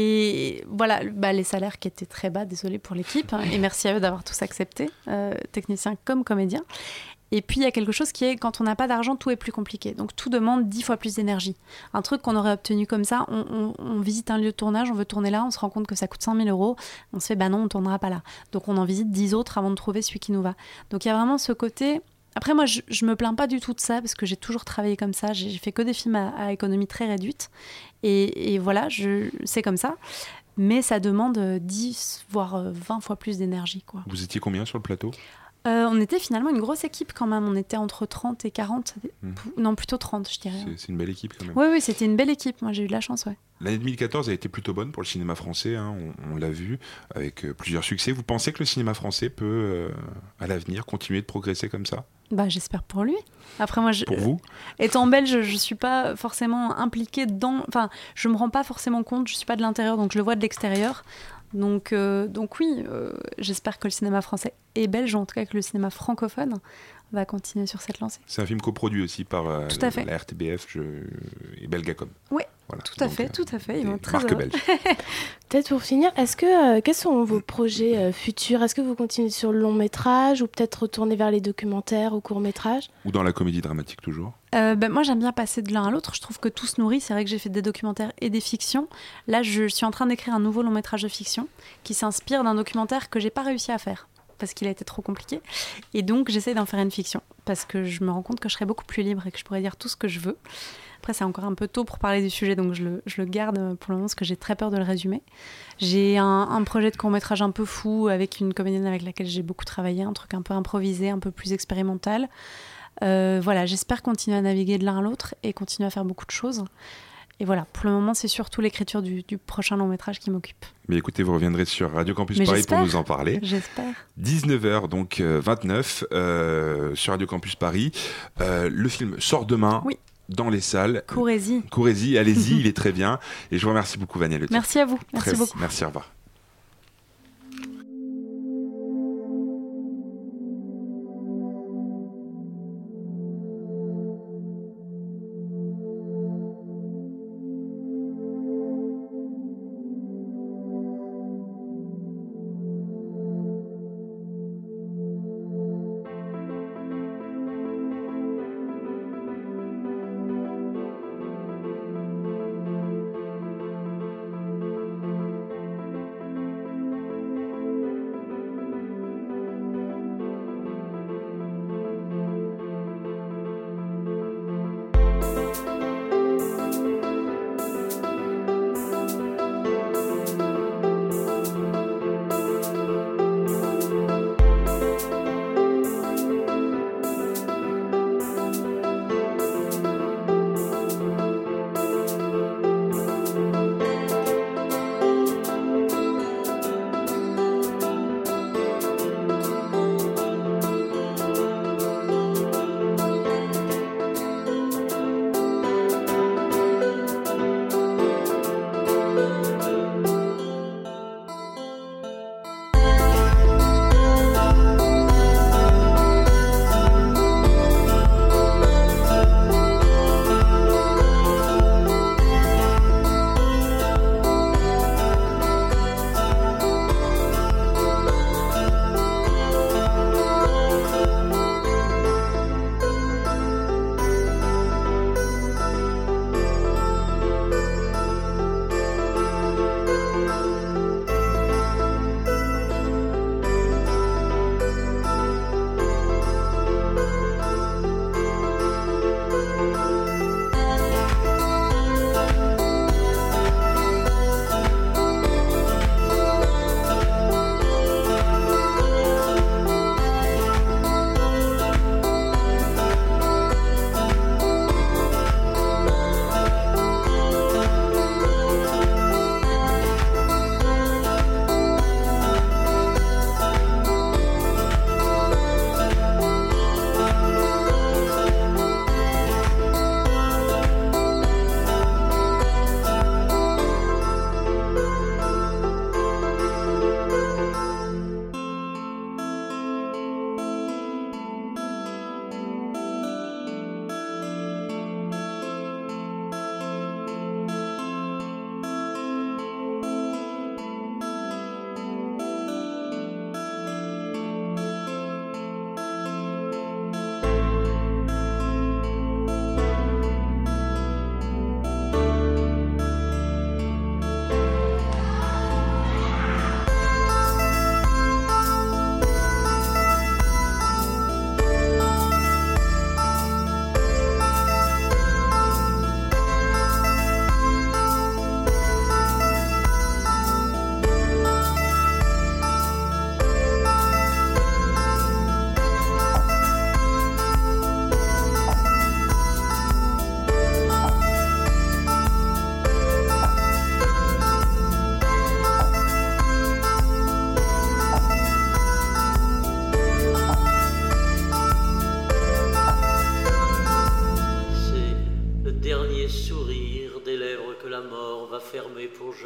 Speaker 11: et voilà, bah, les salaires qui étaient très bas, désolé pour l'équipe, hein, et merci à eux d'avoir tous accepté, euh, techniciens comme comédiens. Et puis il y a quelque chose qui est, quand on n'a pas d'argent, tout est plus compliqué. Donc tout demande dix fois plus d'énergie. Un truc qu'on aurait obtenu comme ça, on, on, on visite un lieu de tournage, on veut tourner là, on se rend compte que ça coûte cinq mille euros, on se fait bah non, on tournera pas là. Donc on en visite dix autres avant de trouver celui qui nous va. Donc il y a vraiment ce côté... Après moi je, je me plains pas du tout de ça parce que j'ai toujours travaillé comme ça, j'ai, j'ai fait que des films à, à économie très réduite et, et voilà, je, c'est comme ça. Mais ça demande dix voire vingt fois plus d'énergie, quoi.
Speaker 6: Vous étiez combien sur le plateau ?
Speaker 11: Euh, on était finalement une grosse équipe quand même, on était entre trente et quarante,
Speaker 6: Mmh.
Speaker 11: non plutôt trente je dirais.
Speaker 6: C'est, c'est une belle équipe quand même.
Speaker 11: Oui, oui, c'était une belle équipe, moi j'ai eu de la chance, ouais.
Speaker 6: L'année deux mille quatorze a été plutôt bonne pour le cinéma français, hein, on, on l'a vu, avec euh, plusieurs succès. Vous pensez que le cinéma français peut, euh, à l'avenir, continuer de progresser comme ça ?
Speaker 11: Bah, j'espère pour lui. Après, moi, je,
Speaker 6: Pour vous ?
Speaker 11: étant belge, je ne suis pas forcément impliquée dans... Enfin, je ne me rends pas forcément compte, je ne suis pas de l'intérieur, donc je le vois de l'extérieur. Donc, euh, donc oui, euh, j'espère que le cinéma français et belge, en tout cas que le cinéma francophone, va continuer sur cette lancée.
Speaker 6: C'est un film coproduit aussi par euh,
Speaker 11: Tout à fait.
Speaker 6: la R T B F je... et Belgacom.
Speaker 11: Oui,
Speaker 6: voilà.
Speaker 11: tout à
Speaker 6: Donc,
Speaker 11: fait,
Speaker 6: euh,
Speaker 11: tout à fait. Ils vont être très
Speaker 6: marque
Speaker 11: heureux.
Speaker 6: belge.
Speaker 8: Peut-être pour finir, est-ce que, euh, quels sont vos projets euh, futurs ? Est-ce que vous continuez sur le long métrage ou peut-être retourner vers les documentaires ou courts métrages ?
Speaker 6: Ou dans la comédie dramatique toujours ?
Speaker 11: Euh, ben, moi j'aime bien passer de l'un à l'autre, je trouve que tout se nourrit, c'est vrai que j'ai fait des documentaires et des fictions. Là je suis en train d'écrire un nouveau long métrage de fiction qui s'inspire d'un documentaire que j'ai pas réussi à faire parce qu'il a été trop compliqué et donc j'essaie d'en faire une fiction parce que je me rends compte que je serais beaucoup plus libre et que je pourrais dire tout ce que je veux. Après c'est encore un peu tôt pour parler du sujet donc je le, je le garde pour le moment parce que j'ai très peur de le résumer. J'ai un, un projet de court-métrage un peu fou avec une comédienne avec laquelle j'ai beaucoup travaillé, un truc un peu improvisé, un peu plus expérimental. Euh, voilà, j'espère continuer à naviguer de l'un à l'autre et continuer à faire beaucoup de choses. Et voilà, pour le moment, c'est surtout l'écriture du, du prochain long-métrage qui m'occupe.
Speaker 6: Mais écoutez, vous reviendrez sur Radio Campus
Speaker 11: Mais
Speaker 6: Paris
Speaker 11: j'espère,
Speaker 6: pour nous en parler.
Speaker 11: J'espère.
Speaker 6: dix-neuf heures, donc euh, vingt-neuf, euh, sur Radio Campus Paris. Euh, le film sort demain.
Speaker 11: Oui.
Speaker 6: Dans les salles.
Speaker 11: Courez-y.
Speaker 6: Courez-y, allez-y, il est très bien. Et je vous remercie beaucoup, Vania Le Thier.
Speaker 11: Merci à vous. Merci
Speaker 6: Très-
Speaker 11: beaucoup.
Speaker 6: Merci, au revoir.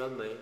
Speaker 12: jamais.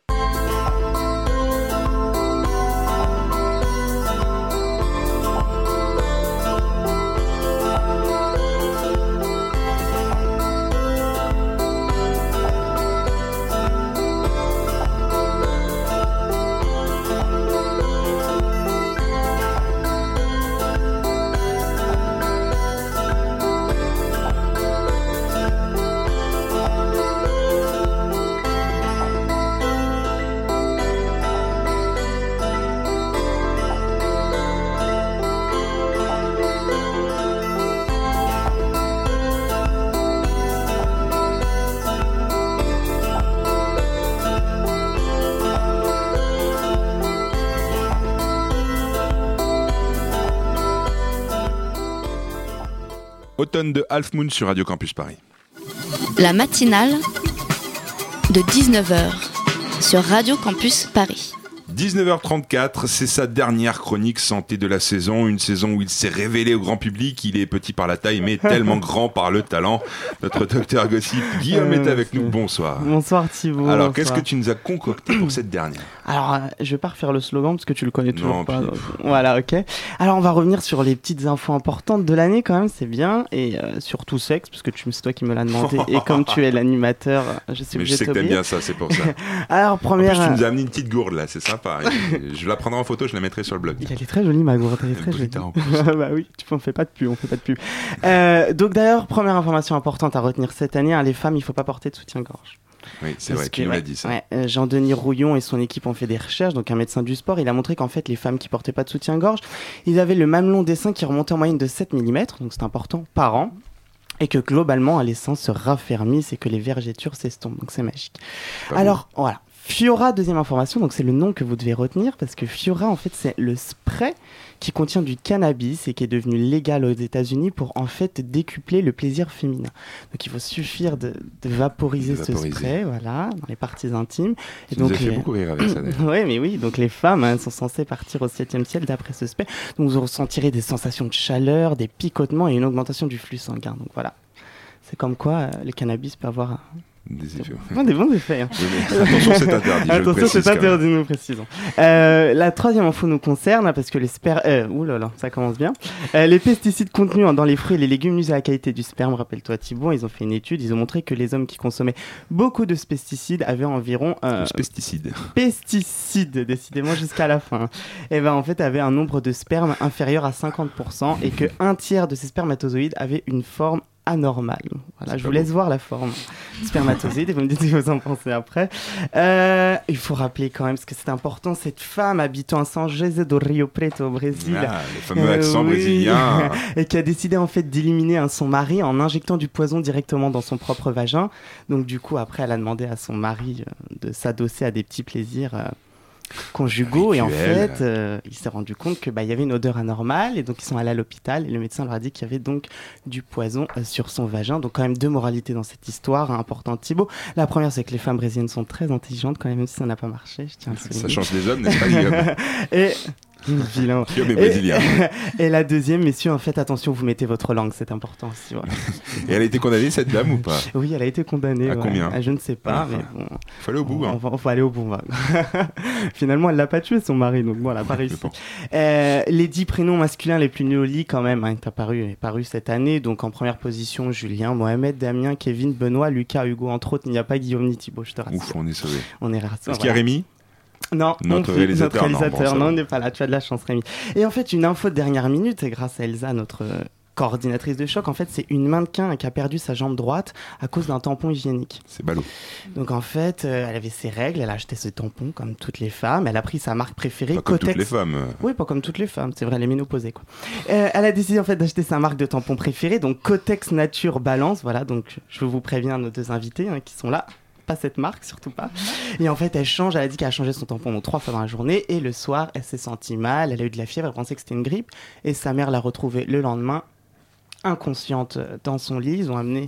Speaker 6: Automne de Half Moon sur Radio Campus Paris.
Speaker 1: La matinale de dix-neuf heures sur Radio Campus Paris.
Speaker 6: dix-neuf heures trente-quatre, c'est sa dernière chronique santé de la saison, une saison où il s'est révélé au grand public, il est petit par la taille mais tellement grand par le talent. Notre docteur Gossip, Guillaume euh, est avec nous, bonsoir.
Speaker 16: Bonsoir Thibaut.
Speaker 6: Alors
Speaker 16: bonsoir.
Speaker 6: Qu'est-ce que tu nous as concocté pour cette dernière ?
Speaker 16: Alors, euh, je vais pas refaire le slogan parce que tu le connais toujours
Speaker 6: non,
Speaker 16: pas.
Speaker 6: Puis...
Speaker 16: Donc, voilà, ok. Alors, on va revenir sur les petites infos importantes de l'année quand même, c'est bien. Et euh, surtout sexe, parce que tu, c'est toi qui me l'as demandé. Et comme tu es l'animateur, je sais
Speaker 6: mais
Speaker 16: que
Speaker 6: je sais que t'aimes bien ça, c'est pour ça.
Speaker 16: Alors, première...
Speaker 6: En plus, tu nous as amené une petite gourde là, c'est sympa. Je la prendrai en photo, je la mettrai sur le blog.
Speaker 16: Elle est très jolie ma gourde, elle est très jolie. Bah oui, on fait pas de pub, on fait pas de pub. Euh, donc d'ailleurs, première information importante à retenir cette année, hein, les femmes, il faut pas porter de soutien-gorge.
Speaker 6: Oui, c'est Parce vrai, que, tu nous
Speaker 16: ouais,
Speaker 6: l'as dit ça.
Speaker 16: Ouais, euh, Jean-Denis Rouillon et son équipe ont fait des recherches, donc un médecin du sport, il a montré qu'en fait les femmes qui portaient pas de soutien-gorge, ils avaient le mamelon des seins qui remontait en moyenne de sept millimètres, donc c'est important, par an. Et que globalement, les seins se raffermissent et que les vergetures s'estompent, donc c'est magique. Pas Alors, bon. voilà. Fiora, deuxième information, donc c'est le nom que vous devez retenir parce que Fiora, en fait, c'est le spray qui contient du cannabis et qui est devenu légal aux États-Unis pour en fait décupler le plaisir féminin. Donc il faut suffire de, de vaporiser, de vaporiser ce spray, voilà, dans les parties intimes.
Speaker 6: Et
Speaker 16: tu donc
Speaker 6: nous as fait
Speaker 16: les...
Speaker 6: beaucoup rire avec ça.
Speaker 16: Oui, mais oui, donc les femmes hein, sont censées partir au septième ciel d'après ce spray. Donc vous ressentirez des sensations de chaleur, des picotements et une augmentation du flux sanguin. Donc voilà, c'est comme quoi euh, le cannabis peut avoir... Un...
Speaker 6: Des effets.
Speaker 16: Ouais, des bons effets. Hein.
Speaker 6: Oui, attention, c'est interdit.
Speaker 16: Attention, c'est interdit, nous précisons. Euh, la troisième info nous concerne parce que les spermes. Euh, ouh là là, ça commence bien. Euh, les pesticides contenus dans les fruits et les légumes nuisent à la qualité du sperme. Rappelle-toi, Thibaut, ils ont fait une étude. Ils ont montré que les hommes qui consommaient beaucoup de pesticides avaient environ. Euh,
Speaker 6: pesticides.
Speaker 16: Pesticides, décidément jusqu'à la fin. Et ben en fait, avaient un nombre de sperme inférieur à cinquante pour cent et que un tiers de ces spermatozoïdes avaient une forme anormal. Voilà, je vous laisse beau. voir la forme spermatozoïde et vous me dites ce que vous en pensez après. Euh, il faut rappeler quand même, parce que c'est important, cette femme habitant à São José do Rio Preto au Brésil.
Speaker 6: Ah, le fameux accent euh, oui. brésilien.
Speaker 16: Et qui a décidé en fait d'éliminer hein, son mari en injectant du poison directement dans son propre vagin. Donc du coup, après, elle a demandé à son mari euh, de s'adosser à des petits plaisirs euh, conjugaux Rituel. Et en fait euh, il s'est rendu compte que bah il y avait une odeur anormale et donc ils sont allés à l'hôpital et le médecin leur a dit qu'il y avait donc du poison euh, sur son vagin. Donc quand même deux moralités dans cette histoire hein, importante Thibaut. La première c'est que les femmes brésiliennes sont très intelligentes quand même, même si ça n'a pas marché, je tiens à le souligner.
Speaker 6: Ça change les hommes, n'est-ce pas Guillaume?
Speaker 16: Et vilain.
Speaker 6: Guillaume est brésilien.
Speaker 16: Et, et la deuxième, messieurs, en fait, attention, vous mettez votre langue, c'est important aussi. Voilà.
Speaker 6: Et elle a été condamnée, cette dame, ou pas?
Speaker 16: Oui, elle a été condamnée.
Speaker 6: À
Speaker 16: ouais.
Speaker 6: combien?
Speaker 16: ah, Je ne sais pas, ah, mais bon.
Speaker 6: Faut aller au bout.
Speaker 16: Il
Speaker 6: hein.
Speaker 16: faut aller au bout. Va. Finalement, elle l'a pas tué, son mari, donc bon, elle a pas réussi. Euh, les dix prénoms masculins les plus jolis, quand même, hein, est apparu, est paru cette année. Donc en première position, Julien, Mohamed, Damien, Kevin, Benoît, Lucas, Hugo, entre autres. Il n'y a pas Guillaume ni Thibaut, je te rassure.
Speaker 6: Ouf, on est sauvés.
Speaker 16: On est rassurés.
Speaker 6: Est-ce qu'il y a Rémi?
Speaker 16: Non,
Speaker 6: notre
Speaker 16: on
Speaker 6: réalisateur,
Speaker 16: notre réalisateur.
Speaker 6: Non,
Speaker 16: non,
Speaker 6: bon,
Speaker 16: on n'est pas là. Tu as de la chance, Rémi. Et en fait, une info de dernière minute, et grâce à Elsa, notre coordinatrice de choc, en fait, c'est une mannequin qui a perdu sa jambe droite à cause d'un tampon hygiénique.
Speaker 6: C'est ballot.
Speaker 16: Donc en fait, euh, elle avait ses règles, elle a acheté ce tampon comme toutes les femmes, elle a pris sa marque préférée,
Speaker 6: pas comme
Speaker 16: Kotex.
Speaker 6: toutes les femmes.
Speaker 16: Oui, pas comme toutes les femmes, c'est vrai, les ménopausées quoi. Euh, elle a décidé en fait d'acheter sa marque de tampon préférée, donc Kotex Nature Balance, voilà, donc je vous préviens nos deux invités hein, qui sont là. Pas cette marque, surtout pas. Et en fait, elle change, elle a dit qu'elle a changé son tampon donc, trois fois dans la journée. Et le soir, elle s'est sentie mal, elle a eu de la fièvre, elle pensait que c'était une grippe. Et sa mère l'a retrouvée le lendemain, inconsciente dans son lit. Ils ont amené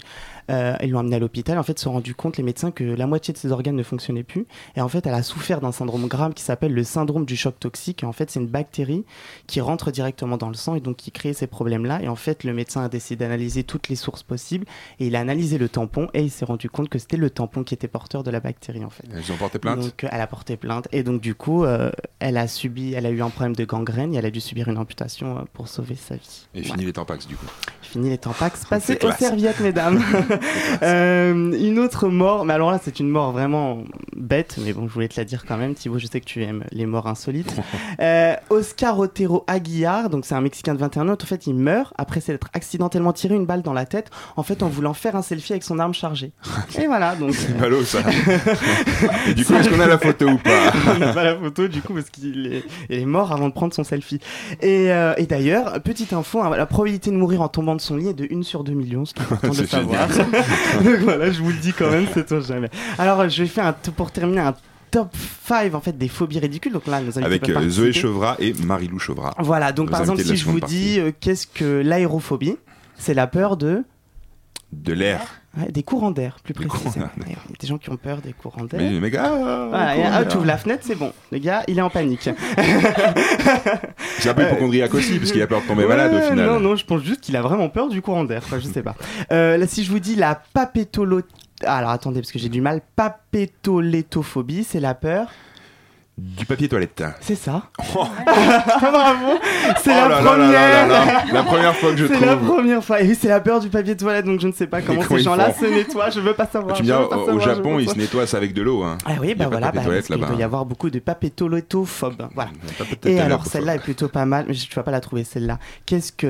Speaker 16: Euh, ils l'ont amenée à l'hôpital. En fait, ils se sont rendus compte, les médecins, que la moitié de ses organes ne fonctionnaient plus. Et en fait, elle a souffert d'un syndrome grave qui s'appelle le syndrome du choc toxique. Et en fait, c'est une bactérie qui rentre directement dans le sang et donc qui crée ces problèmes-là. Et en fait, le médecin a décidé d'analyser toutes les sources possibles et il a analysé le tampon et il s'est rendu compte que c'était le tampon qui était porteur de la bactérie, en fait.
Speaker 6: Ils ont porté plainte.
Speaker 16: Donc, euh, elle a porté plainte et donc du coup, euh, elle a subi, elle a eu un problème de gangrène et elle a dû subir une amputation euh, pour sauver sa vie.
Speaker 6: Et fini
Speaker 16: Ouais.
Speaker 6: les Tampax, du coup.
Speaker 16: Fini les Tampax, passez
Speaker 6: C'est
Speaker 16: aux
Speaker 6: classe.
Speaker 16: serviettes, mesdames. Euh, une autre mort, mais alors là, c'est une mort vraiment bête, mais bon, je voulais te la dire quand même, Thibaut, je sais que tu aimes les morts insolites. Euh, Oscar Otero Aguilar, donc c'est un Mexicain de vingt et un ans, en fait, il meurt après s'être accidentellement tiré une balle dans la tête, en fait, en voulant faire un selfie avec son arme chargée. Et voilà, donc...
Speaker 6: C'est ballot, ça. Et du coup, est-ce qu'on a la photo ou pas?
Speaker 16: On n'a pas la photo, du coup, parce qu'il est, il est mort avant de prendre son selfie. Et, euh, et d'ailleurs, petite info, hein, la probabilité de mourir en tombant de son lit est de un sur deux millions, ce qui est important de
Speaker 6: C'est
Speaker 16: savoir. Donc voilà, je vous le dis quand même, c'est toi jamais. Alors, je vais faire un, t- pour terminer un top cinq en fait, des phobies ridicules. Donc là, nos invités
Speaker 6: Avec
Speaker 16: peuvent
Speaker 6: euh, Zoé
Speaker 16: participer.
Speaker 6: Chevra et Marilou Chevra.
Speaker 16: Voilà, donc
Speaker 6: Nos
Speaker 16: par exemple,
Speaker 6: invités de
Speaker 16: si
Speaker 6: la
Speaker 16: je vous
Speaker 6: seconde
Speaker 16: dis euh, qu'est-ce que l'aérophobie, c'est la peur de...
Speaker 6: De l'air.
Speaker 16: Ouais, des courants d'air, plus
Speaker 6: Des
Speaker 16: précisément.
Speaker 6: courants d'air.
Speaker 16: Il y a des gens qui ont peur des courants d'air.
Speaker 6: Mais les méga.
Speaker 16: Voilà, et, ah, tu ouvres la fenêtre, c'est bon. Le gars, il est en panique.
Speaker 6: C'est un peu hypochondriaque aussi, parce qu'il a peur de tomber
Speaker 16: Ouais,
Speaker 6: malade au final.
Speaker 16: Non, non, je pense juste qu'il a vraiment peur du courant d'air. Enfin, je sais pas. Euh, là, si je vous dis la papétolo... Ah, alors attendez, parce que j'ai du mal. Papétolétophobie, c'est la peur.
Speaker 6: Du papier toilette.
Speaker 16: C'est ça.
Speaker 6: Oh.
Speaker 16: Bravo. C'est
Speaker 6: Oh
Speaker 16: la
Speaker 6: là là
Speaker 16: première.
Speaker 6: là là là là. La première fois que je
Speaker 16: C'est
Speaker 6: trouve.
Speaker 16: la première fois. Et oui, c'est la peur du papier toilette, donc je ne sais pas comment
Speaker 6: comment
Speaker 16: ces
Speaker 6: ils
Speaker 16: gens-là
Speaker 6: font
Speaker 16: se nettoient. Je veux pas savoir.
Speaker 6: Tu me
Speaker 16: je
Speaker 6: dis,
Speaker 16: veux pas
Speaker 6: au, au
Speaker 16: savoir, je
Speaker 6: Japon,
Speaker 16: veux
Speaker 6: ils
Speaker 16: pas
Speaker 6: se nettoient ça avec de l'eau. Hein.
Speaker 16: Ah oui,
Speaker 6: Il y a
Speaker 16: bah
Speaker 6: pas de
Speaker 16: voilà,
Speaker 6: papier
Speaker 16: bah,
Speaker 6: toilette
Speaker 16: parce qu'il
Speaker 6: là-bas.
Speaker 16: doit y avoir beaucoup de papétolétophobes. Voilà.
Speaker 6: Papétolétophobes.
Speaker 16: Et alors celle-là est plutôt pas mal, mais tu vas pas la trouver celle-là. Qu'est-ce que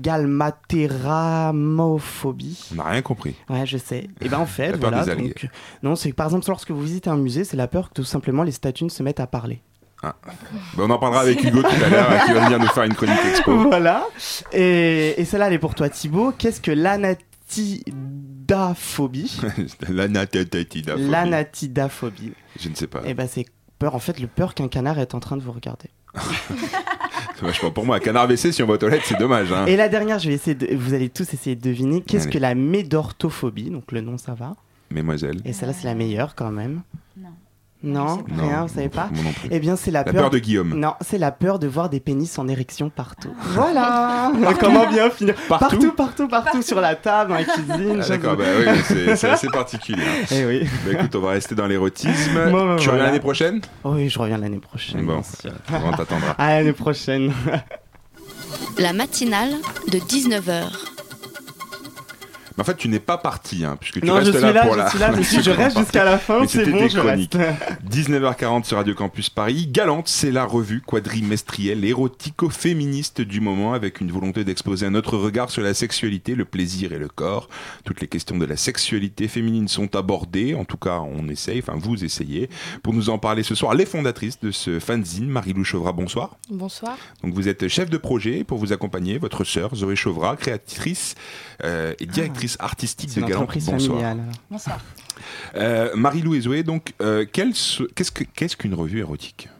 Speaker 16: l'algalmateramophobie?
Speaker 6: On n'a rien compris.
Speaker 16: Ouais, je sais. Et ben en fait,
Speaker 6: La peur
Speaker 16: voilà.
Speaker 6: des algues.
Speaker 16: Donc, non, c'est que par exemple, lorsque vous visitez un musée, c'est la peur que tout simplement les statues se mettent à parler.
Speaker 6: Ah. Bah, on en parlera avec Hugo tout à l'heure, qui va venir nous faire une chronique expo.
Speaker 16: Voilà. Et, et celle-là, elle est pour toi, Thibaut. Qu'est-ce que l'anatidaphobie?
Speaker 6: L'anatidaphobie.
Speaker 16: L'anatidaphobie.
Speaker 6: Je ne sais pas.
Speaker 16: Et ben c'est peur, en fait, le peur qu'un canard est en train de vous regarder.
Speaker 6: C'est vachement pour moi. Un canard W C, si on va aux toilettes, c'est dommage. Hein.
Speaker 16: Et la dernière, je vais essayer de, vous allez tous essayer de deviner. Qu'est-ce
Speaker 6: Allez.
Speaker 16: que la médorthophobie? Donc le nom, ça va.
Speaker 6: Mesdemoiselles.
Speaker 16: Et celle-là, c'est la meilleure quand même.
Speaker 17: Non.
Speaker 16: Non,
Speaker 6: Non,
Speaker 16: rien, vous savez pas.
Speaker 6: moi non plus.
Speaker 16: Eh bien, c'est la,
Speaker 6: La
Speaker 16: peur...
Speaker 6: peur de Guillaume.
Speaker 16: Non, c'est la peur de voir des pénis en érection partout. Voilà. Comment bien finir?
Speaker 6: Partout
Speaker 16: partout, partout, partout, sur la table, dans la cuisine.
Speaker 6: Ah, d'accord, bah oui, mais c'est, c'est assez particulier. Hein.
Speaker 16: Eh oui.
Speaker 6: Bah écoute, on va rester dans l'érotisme.
Speaker 16: Bon, bah,
Speaker 6: tu reviens
Speaker 16: voilà.
Speaker 6: l'année prochaine?
Speaker 16: Oui, je reviens l'année prochaine.
Speaker 6: Bon,
Speaker 16: bien sûr.
Speaker 6: on t'attendra.
Speaker 16: À l'année prochaine.
Speaker 1: La matinale de dix-neuf heures.
Speaker 6: Mais en fait, tu n'es pas parti, hein, puisque tu
Speaker 16: Non,
Speaker 6: restes
Speaker 16: je suis là,
Speaker 6: pour
Speaker 16: je
Speaker 6: la.
Speaker 16: suis là, je suis- je reste jusqu'à la fin,
Speaker 6: Mais
Speaker 16: c'est
Speaker 6: c'était
Speaker 16: bon,
Speaker 6: tes
Speaker 16: je
Speaker 6: chroniques.
Speaker 16: reste.
Speaker 6: dix-neuf heures quarante sur Radio Campus Paris. Galante, c'est la revue quadrimestrielle érotico-féministe du moment, avec une volonté d'exposer un autre regard sur la sexualité, le plaisir et le corps. Toutes les questions de la sexualité féminine sont abordées. En tout cas, on essaye, enfin vous essayez. Pour nous en parler ce soir, les fondatrices de ce fanzine, Marilou Chevra, bonsoir.
Speaker 8: Bonsoir.
Speaker 6: Donc vous êtes chef de projet pour vous accompagner, votre sœur Zoé Chevra, créatrice euh, et directrice artistique
Speaker 16: C'est
Speaker 6: de
Speaker 16: une
Speaker 6: Galante.
Speaker 16: entreprise
Speaker 6: Bonsoir.
Speaker 16: familiale.
Speaker 17: Bonsoir.
Speaker 6: Euh, Marilou et Zoé, donc euh, quelle se- qu'est-ce, que, qu'est-ce qu'une revue érotique?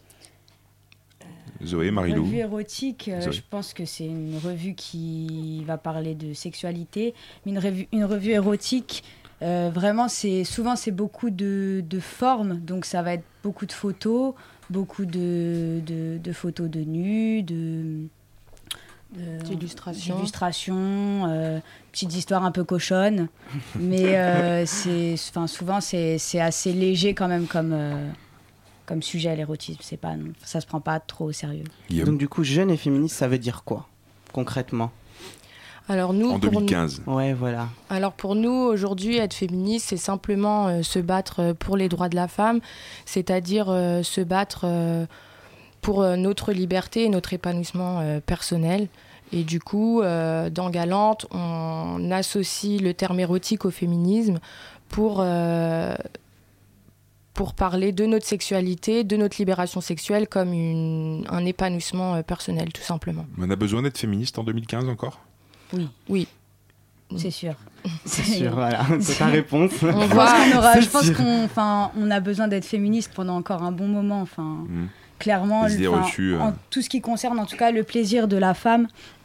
Speaker 6: Zoé, Marilou.
Speaker 17: Revue érotique, euh,
Speaker 6: Zoé.
Speaker 17: je pense que c'est une revue qui va parler de sexualité, mais une revue, une revue érotique, euh, vraiment, c'est souvent c'est beaucoup de, de formes, donc ça va être beaucoup de photos, beaucoup de, de, de photos de nus, de de-
Speaker 8: D'illustrations.
Speaker 17: d'illustrations, euh, petites histoires un peu cochonnes, mais euh, c'est, enfin souvent c'est, c'est assez léger quand même comme euh, comme sujet, l'érotisme. C'est pas, ça se prend pas trop au sérieux.
Speaker 16: Donc du coup, jeune et féministe, ça veut dire quoi, concrètement?
Speaker 8: Alors nous,
Speaker 6: En
Speaker 8: pour
Speaker 6: deux mille quinze.
Speaker 8: nous-
Speaker 16: Ouais, voilà.
Speaker 8: Alors pour nous, aujourd'hui, être féministe, c'est simplement euh, se battre euh, pour les droits de la femme, c'est-à-dire euh, se battre euh, pour euh, notre liberté et notre épanouissement euh, personnel. Et du coup, euh, dans Galante, on associe le terme érotique au féminisme pour, euh, pour parler de notre sexualité, de notre libération sexuelle comme une, un épanouissement euh, personnel, tout simplement.
Speaker 6: On a besoin d'être féministe en deux mille quinze encore?
Speaker 17: Oui.
Speaker 8: Oui.
Speaker 17: C'est sûr.
Speaker 16: C'est sûr, voilà. C'est ta réponse.
Speaker 17: On voit, on aura,
Speaker 16: C'est
Speaker 17: je pense
Speaker 16: sûr.
Speaker 17: qu'on, enfin, on a besoin d'être féministe pendant encore un bon moment. Enfin,
Speaker 6: Mmh.
Speaker 17: clairement,
Speaker 6: Les idées
Speaker 17: enfin,
Speaker 6: reçues, euh.
Speaker 17: en tout ce qui concerne, en tout cas, le plaisir de la femme,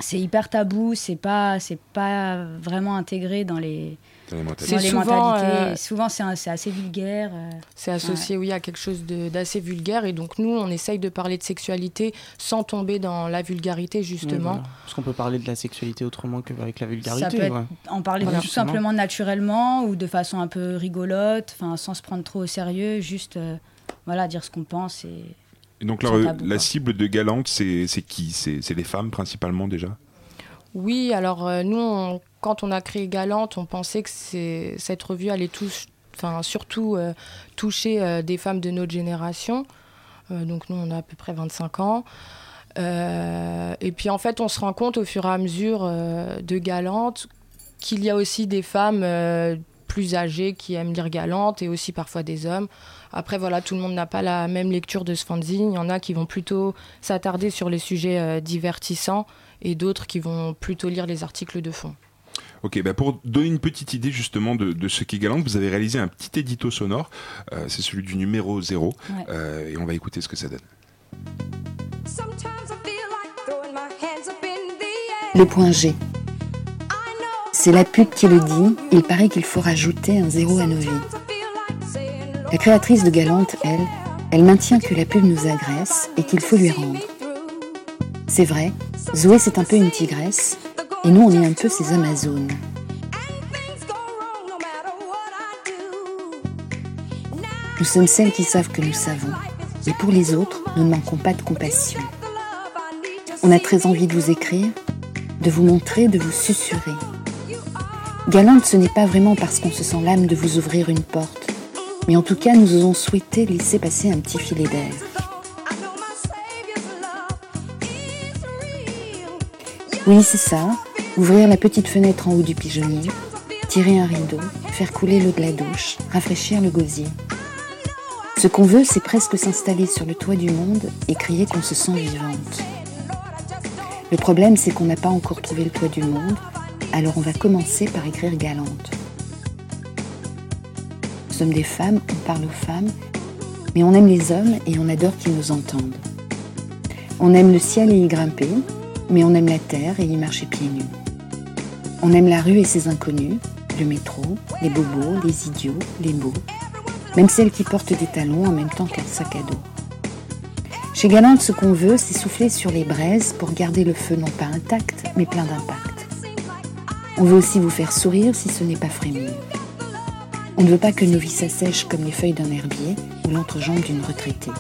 Speaker 17: c'est hyper tabou, c'est pas, c'est pas vraiment intégré dans les,
Speaker 6: dans les mentalités.
Speaker 17: Dans les
Speaker 2: souvent,
Speaker 17: mentalités.
Speaker 2: euh,
Speaker 17: Souvent, c'est, un- c'est assez vulgaire. euh.
Speaker 2: C'est associé, oui, à quelque chose de- d'assez vulgaire. Et donc, nous, on essaye de parler de sexualité sans tomber dans la vulgarité,
Speaker 16: Oui,
Speaker 2: justement.
Speaker 16: voilà. Parce qu'on peut parler de la sexualité autrement qu'avec la vulgarité.
Speaker 17: Ça peut être
Speaker 16: ouais.
Speaker 17: en parler
Speaker 16: Voilà,
Speaker 17: tout
Speaker 16: justement.
Speaker 17: simplement naturellement ou de façon un peu rigolote, enfin sans se prendre trop au sérieux, juste euh, voilà, dire ce qu'on pense. Et...
Speaker 6: Et donc, la,
Speaker 17: Sans tabou,
Speaker 6: la
Speaker 17: quoi.
Speaker 6: cible de Galante, c'est c'est qui c'est, c'est les femmes principalement déjà?
Speaker 2: Oui, alors euh, nous, on- quand on a créé Galante, on pensait que c'est, cette revue allait tous, enfin, surtout euh, toucher euh, des femmes de notre génération. Euh, donc nous, on a à peu près vingt-cinq ans. Euh, et puis en fait, on se rend compte au fur et à mesure euh, de Galante qu'il y a aussi des femmes euh, plus âgées qui aiment lire Galante et aussi parfois des hommes. Après, voilà, tout le monde n'a pas la même lecture de ce fanzine. Il y en a qui vont plutôt s'attarder sur les sujets euh, divertissants et d'autres qui vont plutôt lire les articles de fond.
Speaker 6: Ok, bah pour donner une petite idée justement de, de ce qu'est Galante, vous avez réalisé un petit édito sonore. Euh, c'est celui du numéro zéro.
Speaker 17: Ouais.
Speaker 6: Euh, et on va écouter ce que ça donne.
Speaker 18: Le point G. C'est la pute qui le dit, il paraît qu'il faut rajouter un zéro à nos vies. La créatrice de Galante, elle, elle maintient que la pub nous agresse et qu'il faut lui rendre. C'est vrai, Zoé c'est un peu une tigresse, et nous on est un peu ses Amazones. Nous sommes celles qui savent que nous savons, et pour les autres, nous ne manquons pas de compassion. On a très envie de vous écrire, de vous montrer, de vous susurrer. Galante, ce n'est pas vraiment parce qu'on se sent l'âme de vous ouvrir une porte, mais en tout cas, nous avons souhaité laisser passer un petit filet d'air. Oui, c'est ça, ouvrir la petite fenêtre en haut du pigeonnier, tirer un rideau, faire couler l'eau de la douche, rafraîchir le gosier. Ce qu'on veut, c'est presque s'installer sur le toit du monde et crier qu'on se sent vivante. Le problème, c'est qu'on n'a pas encore trouvé le toit du monde, alors on va commencer par écrire Galante. Nous sommes des femmes, on parle aux femmes, mais on aime les hommes et on adore qu'ils nous entendent. On aime le ciel et y grimper, mais on aime la terre et y marcher pieds nus. On aime la rue et ses inconnus, le métro, les bobos, les idiots, les beaux, même celles qui portent des talons en même temps qu'un sac à dos. Chez Galante, ce qu'on veut, c'est souffler sur les braises pour garder le feu non pas intact, mais plein d'impact. On veut aussi vous faire sourire si ce n'est pas frémir. On ne veut pas que nos vies s'assèchent comme les feuilles d'un herbier ou l'entrejambe d'une retraitée.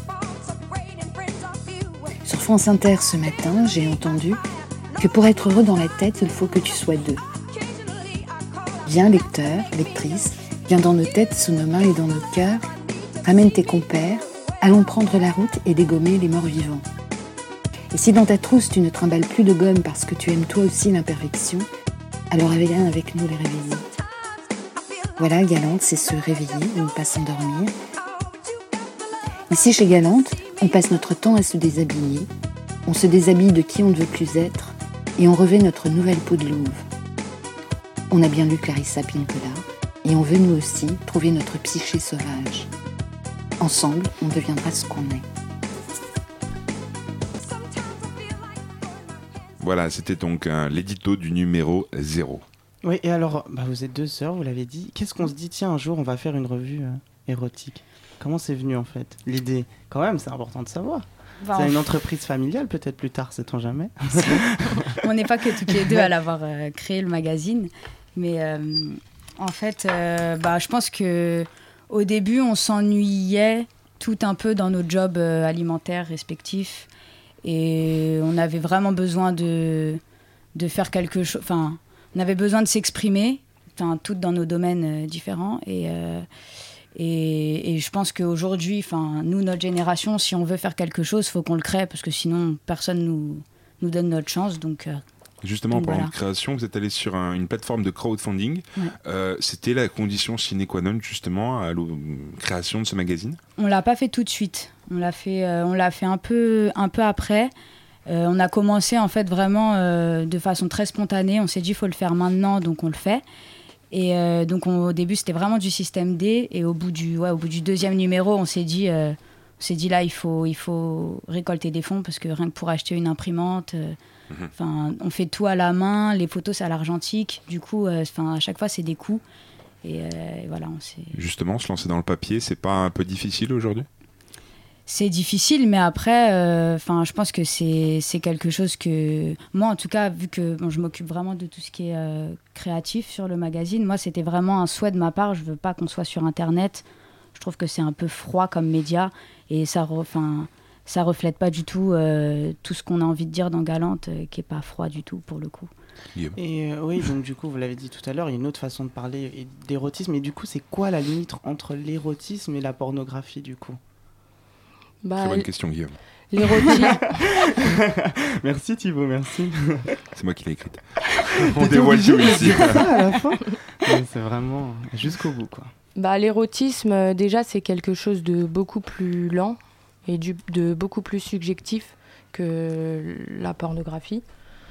Speaker 18: Sur France Inter ce matin, j'ai entendu que pour être heureux dans la tête, il faut que tu sois deux. Viens, lecteur, lectrice, viens dans nos têtes, sous nos mains et dans nos cœurs, ramène tes compères, allons prendre la route et dégommer les morts vivants. Et si dans ta trousse tu ne trimbales plus de gomme parce que tu aimes toi aussi l'imperfection, alors viens avec nous les réveiller. Voilà, Galante, c'est se réveiller et ne pas s'endormir. Ici chez Galante, on passe notre temps à se déshabiller, on se déshabille de qui on ne veut plus être, et on revêt notre nouvelle peau de louve. On a bien lu Clarissa Pinkola, et on veut nous aussi trouver notre psyché sauvage. Ensemble, on deviendra ce qu'on est.
Speaker 6: Voilà, c'était donc euh, l'édito du numéro zéro.
Speaker 16: Oui, et alors, bah, vous êtes deux sœurs, vous l'avez dit. Qu'est-ce qu'on se dit, tiens, un jour, on va faire une revue euh, érotique? Comment c'est venu, en fait, l'idée? Quand même, c'est important de savoir.
Speaker 17: Bah,
Speaker 16: c'est
Speaker 17: en
Speaker 16: une
Speaker 17: f-
Speaker 16: entreprise familiale, peut-être plus tard, sait-on jamais.
Speaker 17: On n'est pas que toutes les deux à l'avoir euh, créé le magazine, mais euh, en fait, euh, bah, je pense que au début, on s'ennuyait tout un peu dans nos jobs euh, alimentaires respectifs, et on avait vraiment besoin de de faire quelque chose. Enfin, on avait besoin de s'exprimer, enfin, toutes dans nos domaines euh, différents, et euh, Et, et je pense qu'aujourd'hui, enfin, nous, notre génération, si on veut faire quelque chose, il faut qu'on le crée, parce que sinon, personne nous, nous donne notre chance. Donc, euh,
Speaker 6: Justement, en
Speaker 17: donc
Speaker 6: parlant
Speaker 17: voilà.
Speaker 6: de création, vous êtes allé sur un- une plateforme de crowdfunding.
Speaker 17: Ouais.
Speaker 6: Euh, C'était la condition sine qua non, justement, à la création de ce magazine?
Speaker 17: On l'a pas fait tout de suite. On l'a fait, euh, on l'a fait un peu, un peu après. Euh, on a commencé en fait vraiment euh, de façon très spontanée. On s'est dit, il faut le faire maintenant, donc on le fait. Et euh, donc on- au début, c'était vraiment du système D. Et au bout du, ouais, au bout du deuxième numéro, on s'est dit, euh, s'est dit là, il faut, il faut récolter des fonds parce que rien que pour acheter une imprimante, enfin, on fait tout à la main, les photos c'est à l'argentique, du coup, enfin, à chaque fois c'est des coûts. Et, euh, et voilà, on s'est...
Speaker 6: Justement, se lancer dans le papier, c'est pas un peu difficile aujourd'hui ?
Speaker 17: C'est difficile, mais après, enfin, euh, je pense que c'est, c'est quelque chose que... Moi, en tout cas, vu que bon, je m'occupe vraiment de tout ce qui est euh, créatif sur le magazine, moi, c'était vraiment un souhait de ma part. Je veux pas qu'on soit sur Internet. Je trouve que c'est un peu froid comme média et ça, enfin, ça reflète pas du tout euh, tout ce qu'on a envie de dire dans Galante, euh, qui est pas froid du tout, pour le coup.
Speaker 16: Et euh, oui, donc du coup, vous l'avez dit tout à l'heure, il y a une autre façon de parler d'érotisme. Et du coup, c'est quoi la limite entre l'érotisme et la pornographie, du coup ?
Speaker 6: Bah, Très bonne question, Guillaume.
Speaker 2: L'érotisme.
Speaker 16: Merci Thibaut, merci.
Speaker 6: C'est moi qui l'ai écrite. On dévoile tout ici.
Speaker 16: À la fin. Ouais, c'est vraiment jusqu'au bout, quoi.
Speaker 2: Bah, l'érotisme, déjà, c'est quelque chose de beaucoup plus lent et du, de beaucoup plus subjectif que la pornographie.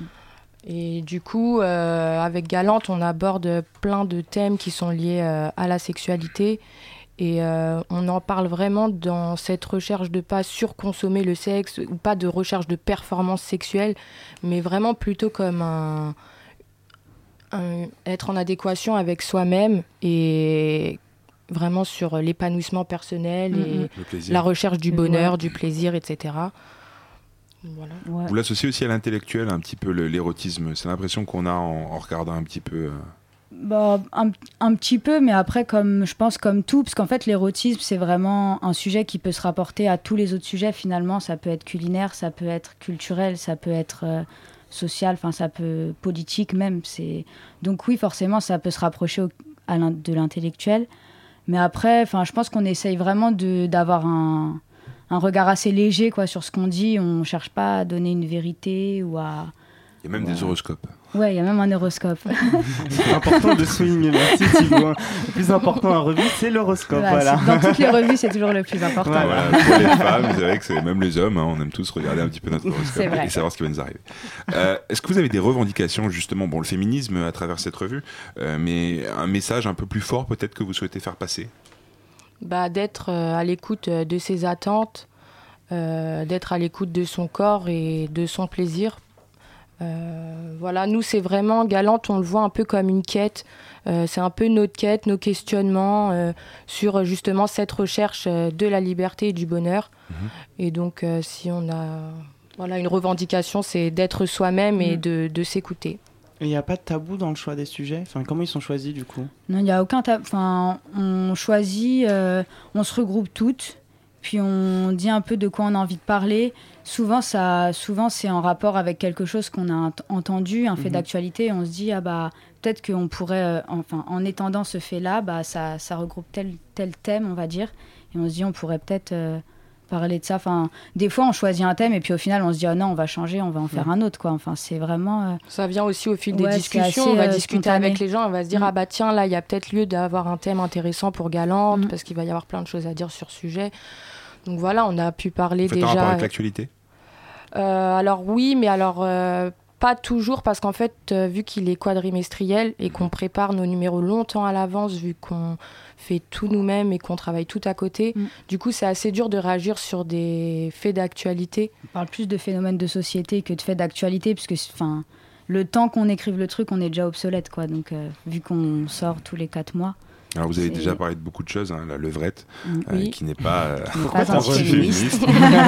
Speaker 2: Et du coup, euh, avec Galante, on aborde plein de thèmes qui sont liés euh, à la sexualité. Et euh, on en parle vraiment dans cette recherche de ne pas surconsommer le sexe ou pas de recherche de performance sexuelle, mais vraiment plutôt comme un, un, être en adéquation avec soi-même et vraiment sur l'épanouissement personnel
Speaker 6: mmh.
Speaker 2: et la recherche du bonheur, ouais. du plaisir, et cetera. Voilà.
Speaker 6: Ouais. Vous l'associez aussi à l'intellectuel, un petit peu le, l'érotisme. C'est l'impression qu'on a en, en regardant un petit peu... Euh...
Speaker 17: Bah, un, un petit peu, mais après, comme, je pense comme tout, parce qu'en fait, l'érotisme, c'est vraiment un sujet qui peut se rapporter à tous les autres sujets, finalement. Ça peut être culinaire, ça peut être culturel, ça peut être euh, social, enfin, ça peut politique même. C'est... Donc oui, forcément, ça peut se rapprocher au, à l'in, de l'intellectuel. Mais après, je pense qu'on essaye vraiment de, d'avoir un, un regard assez léger quoi, sur ce qu'on dit. On ne cherche pas à donner une vérité ou à...
Speaker 6: Il y a même
Speaker 17: ouais.
Speaker 6: des horoscopes.
Speaker 17: Ouais, il y a même un horoscope.
Speaker 16: C'est important de souligner, merci Thibaut. Le plus important en revue, c'est l'horoscope.
Speaker 17: Voilà,
Speaker 16: voilà.
Speaker 17: Dans toutes les revues, c'est toujours le plus important.
Speaker 6: Ouais, voilà, pour les femmes, vous savez que c'est même les hommes, hein, on aime tous regarder un petit peu notre horoscope et savoir ce qui va nous arriver. Euh, est-ce que vous avez des revendications, justement, bon, le féminisme à travers cette revue, euh, mais un message un peu plus fort peut-être que vous souhaitez faire passer ?
Speaker 2: Bah, d'être euh, à l'écoute de ses attentes, euh, d'être à l'écoute de son corps et de son plaisir. Euh, voilà, nous c'est vraiment Galante, on le voit un peu comme une quête, euh, c'est un peu notre quête, nos questionnements euh, sur justement cette recherche euh, de la liberté et du bonheur. Mmh. Et donc euh, si on a voilà, une revendication, c'est d'être soi-même mmh. et de, de s'écouter.
Speaker 16: Et il n'y a pas de tabou dans le choix des sujets ? Enfin, comment ils sont choisis du coup ?
Speaker 17: Non, il n'y a aucun tabou. Enfin, on choisit, euh, on se regroupe toutes. Puis on dit un peu de quoi on a envie de parler. Souvent, ça, souvent c'est en rapport avec quelque chose qu'on a entendu, un fait mmh. d'actualité. Et on se dit, ah bah, peut-être qu'on pourrait, euh, enfin, en étendant ce fait-là, bah, ça, ça regroupe tel, tel thème, on va dire. Et on se dit, on pourrait peut-être euh, parler de ça. Enfin, des fois, on choisit un thème et puis au final, on se dit, oh non, on va changer, on va en faire mmh. un autre, quoi. Enfin, c'est vraiment... Euh...
Speaker 2: Ça vient aussi au fil des
Speaker 17: ouais,
Speaker 2: discussions.
Speaker 17: assez,
Speaker 2: on va
Speaker 17: euh,
Speaker 2: discuter
Speaker 17: spontané.
Speaker 2: avec les gens, on va se dire, mmh. ah bah tiens, là, il y a peut-être lieu d'avoir un thème intéressant pour Galante, mmh. parce qu'il va y avoir plein de choses à dire sur ce sujet. Donc voilà, on a pu parler
Speaker 6: Vous faites
Speaker 2: déjà...
Speaker 6: un rapport avec l'actualité ?
Speaker 2: euh, Alors oui, mais alors euh, pas toujours, parce qu'en fait, euh, vu qu'il est quadrimestriel et qu'on prépare nos numéros longtemps à l'avance, vu qu'on fait tout nous-mêmes et qu'on travaille tout à côté, mm. du coup, c'est assez dur de réagir sur des faits d'actualité.
Speaker 17: On parle plus de phénomènes de société que de faits d'actualité, puisque enfin, le temps qu'on écrive le truc, on est déjà obsolète, quoi. Donc, euh, vu qu'on sort tous les quatre mois...
Speaker 6: Alors vous avez
Speaker 17: c'est...
Speaker 6: déjà parlé de beaucoup de choses, hein, la levrette,
Speaker 17: oui.
Speaker 6: euh, qui n'est pas, euh,
Speaker 17: pas un
Speaker 6: féministe.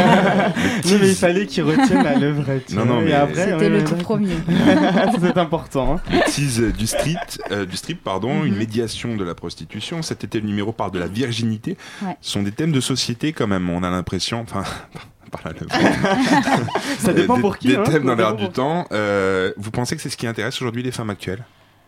Speaker 16: Non mais il fallait qu'il retienne la levrette.
Speaker 6: Non, non, mais
Speaker 17: après, c'était ouais, le tout premier.
Speaker 16: C'est important. Hein.
Speaker 6: Le tease du street, euh, du strip, pardon, mm-hmm. une médiation de la prostitution. Cet été, le numéro parle de la virginité.
Speaker 17: Ouais.
Speaker 6: Ce sont des thèmes de société quand même. On a l'impression, enfin. Par la levrette.
Speaker 16: Ça dépend pour qui.
Speaker 6: Des
Speaker 16: hein,
Speaker 6: thèmes dans l'air du temps. Euh, vous pensez que c'est ce qui intéresse aujourd'hui les femmes actuelles ?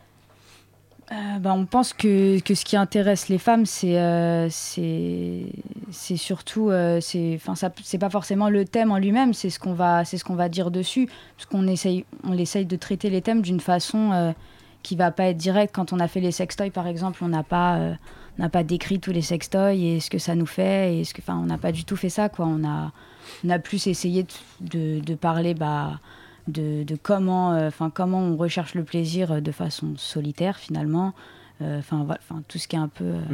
Speaker 17: Euh, bah, on pense que, que ce qui intéresse les femmes, c'est, euh, c'est, c'est surtout, euh, c'est, ça, c'est pas forcément le thème en lui-même, c'est ce qu'on va, c'est ce qu'on va dire dessus, parce qu'on essaye, on essaye de traiter les thèmes d'une façon euh, qui va pas être directe. Quand on a fait les sextoys, par exemple, on n'a pas, euh, on n'a pas décrit tous les sextoys et ce que ça nous fait, et ce que, enfin, on n'a pas du tout fait ça, quoi. On a, on a plus essayé de, de, de parler, bah. De, de comment, enfin euh, comment on recherche le plaisir de façon solitaire finalement, enfin euh, voilà, tout ce qui est un peu. Euh...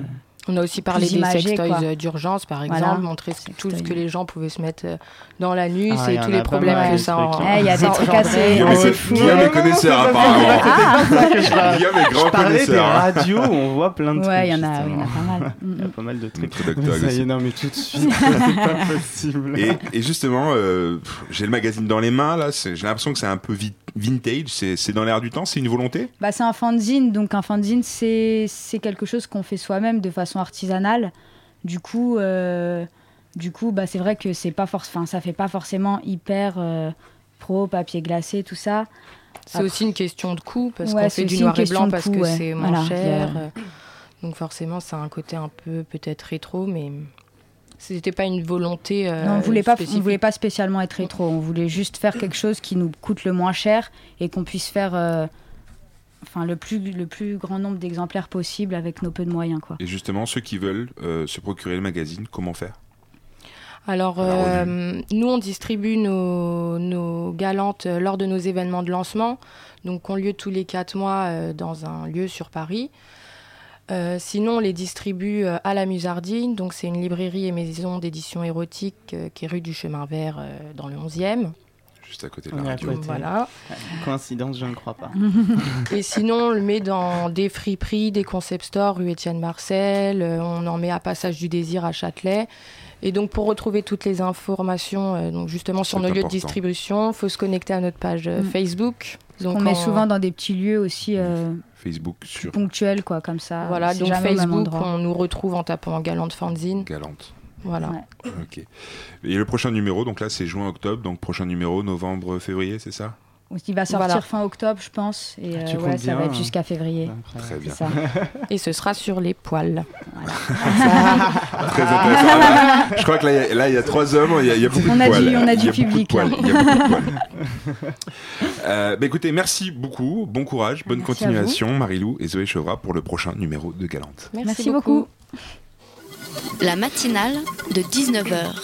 Speaker 2: On a aussi parlé
Speaker 17: plus
Speaker 2: des
Speaker 17: imagé,
Speaker 2: sextoys
Speaker 17: quoi.
Speaker 2: euh, d'urgence, par exemple,
Speaker 17: Voilà.
Speaker 2: montrer tout ce que les gens pouvaient se mettre euh, dans l'anus
Speaker 16: Ah,
Speaker 2: et
Speaker 16: y en
Speaker 2: tous
Speaker 16: a
Speaker 2: les
Speaker 16: pas
Speaker 2: problèmes
Speaker 16: mal,
Speaker 2: que
Speaker 16: ce
Speaker 2: ça
Speaker 16: truc,
Speaker 2: en
Speaker 16: hein.
Speaker 17: Eh, il y a des trucs assez,
Speaker 6: Guillaume
Speaker 17: assez
Speaker 6: est-
Speaker 17: fous.
Speaker 6: Guillaume est connaisseur, apparemment.
Speaker 16: Ah,
Speaker 6: Guillaume est grand
Speaker 16: je parlais des
Speaker 6: connaisseur. hein.
Speaker 16: radios où on voit plein de trucs.
Speaker 17: Ouais, il y en a,
Speaker 16: justement.
Speaker 17: il y en a pas mal.
Speaker 16: Il y a pas mal de trucs.
Speaker 6: Notre docteur
Speaker 16: Mais ça y
Speaker 6: aussi.
Speaker 16: est, non, mais tout de suite, c'est pas possible.
Speaker 6: Et, et justement, euh, pff, j'ai le magazine dans les mains, là. c'est- J'ai l'impression que c'est un peu vi- vintage. C'est c'est dans l'air du temps. C'est une volonté.
Speaker 17: Bah, c'est un fanzine, donc un fanzine, c'est c'est quelque chose qu'on fait soi-même de façon artisanale. Du coup, euh, du coup bah, c'est vrai que c'est pas forc- enfin, ça fait pas forcément hyper euh, pro, papier glacé, tout ça.
Speaker 2: C'est
Speaker 17: Après-
Speaker 2: aussi une question de coût, parce
Speaker 17: Ouais,
Speaker 2: qu'on
Speaker 17: c'est
Speaker 2: fait du
Speaker 17: aussi une
Speaker 2: noir et
Speaker 17: question
Speaker 2: blanc
Speaker 17: de
Speaker 2: parce
Speaker 17: coût,
Speaker 2: que
Speaker 17: ouais.
Speaker 2: c'est moins
Speaker 17: Voilà,
Speaker 2: cher.
Speaker 17: il y a-
Speaker 2: euh, Donc forcément, ça a un côté un peu peut-être rétro, mais c'était pas une volonté euh,
Speaker 17: Non, on voulait pas, on
Speaker 2: spécifique.
Speaker 17: voulait pas spécialement être rétro. On voulait juste faire quelque chose qui nous coûte le moins cher et qu'on puisse faire, euh, enfin, le plus, le plus grand nombre d'exemplaires possible avec nos peu de moyens, quoi.
Speaker 6: Et justement, ceux qui veulent euh, se procurer le magazine, comment faire?
Speaker 2: Alors, euh, nous, on distribue nos, nos galantes euh, lors de nos événements de lancement, donc qui ont lieu tous les quatre mois euh, dans un lieu sur Paris. Euh, sinon, on les distribue euh, à la Musardine, donc c'est une librairie et maison d'édition érotique euh, qui est rue du Chemin Vert euh, dans le onzième.
Speaker 6: Juste à côté de la
Speaker 16: On est à
Speaker 6: radio.
Speaker 16: côté.
Speaker 2: Voilà.
Speaker 16: Coïncidence, je ne crois pas.
Speaker 2: Et sinon, on le met dans des friperies, des concept stores, rue Étienne Marcel. euh, on en met à Passage du Désir à Châtelet. Et donc, pour retrouver toutes les informations, euh, donc justement sur
Speaker 6: C'est
Speaker 2: nos lieux de
Speaker 6: important.
Speaker 2: distribution, il faut se connecter à notre page euh,
Speaker 17: Mm.
Speaker 2: Facebook. Donc,
Speaker 17: On met
Speaker 2: en-
Speaker 17: souvent dans des petits lieux aussi euh,
Speaker 6: Facebook sur
Speaker 17: ponctuels, quoi, comme ça.
Speaker 2: Voilà,
Speaker 17: C'est
Speaker 2: donc
Speaker 17: jamais au même
Speaker 2: Facebook,
Speaker 17: endroit.
Speaker 2: on nous retrouve en tapant Galante Fanzine.
Speaker 6: Galante.
Speaker 2: Voilà.
Speaker 17: Ouais.
Speaker 6: Ok. Et le prochain numéro, donc là, c'est juin-octobre. Donc prochain numéro, novembre-février, c'est ça?
Speaker 17: Il va sortir
Speaker 2: Voilà.
Speaker 17: fin octobre, je pense. Et
Speaker 16: Ah, tu
Speaker 17: euh,
Speaker 16: comptes
Speaker 17: ouais, ça
Speaker 16: bien,
Speaker 17: va être
Speaker 16: hein.
Speaker 17: jusqu'à février.
Speaker 6: Très bien.
Speaker 17: C'est ça.
Speaker 2: Et ce sera sur les poils.
Speaker 6: Très intéressant. Là, je crois que là, il y a- là, il y a trois hommes, il y a, il y a beaucoup
Speaker 17: On
Speaker 6: de
Speaker 17: a
Speaker 6: poils.
Speaker 17: du- on a
Speaker 6: Il
Speaker 17: du
Speaker 6: y beaucoup de
Speaker 17: public,
Speaker 6: poils.
Speaker 17: là.
Speaker 6: Il y a beaucoup de poils. Euh, bah, écoutez, merci beaucoup, bon courage, bonne
Speaker 17: Merci à
Speaker 6: continuation, Marie-Lou et Zoé Chauvra pour le prochain numéro de Galante.
Speaker 2: Merci,
Speaker 17: Merci
Speaker 2: beaucoup.
Speaker 17: beaucoup.
Speaker 1: La matinale de dix-neuf heures.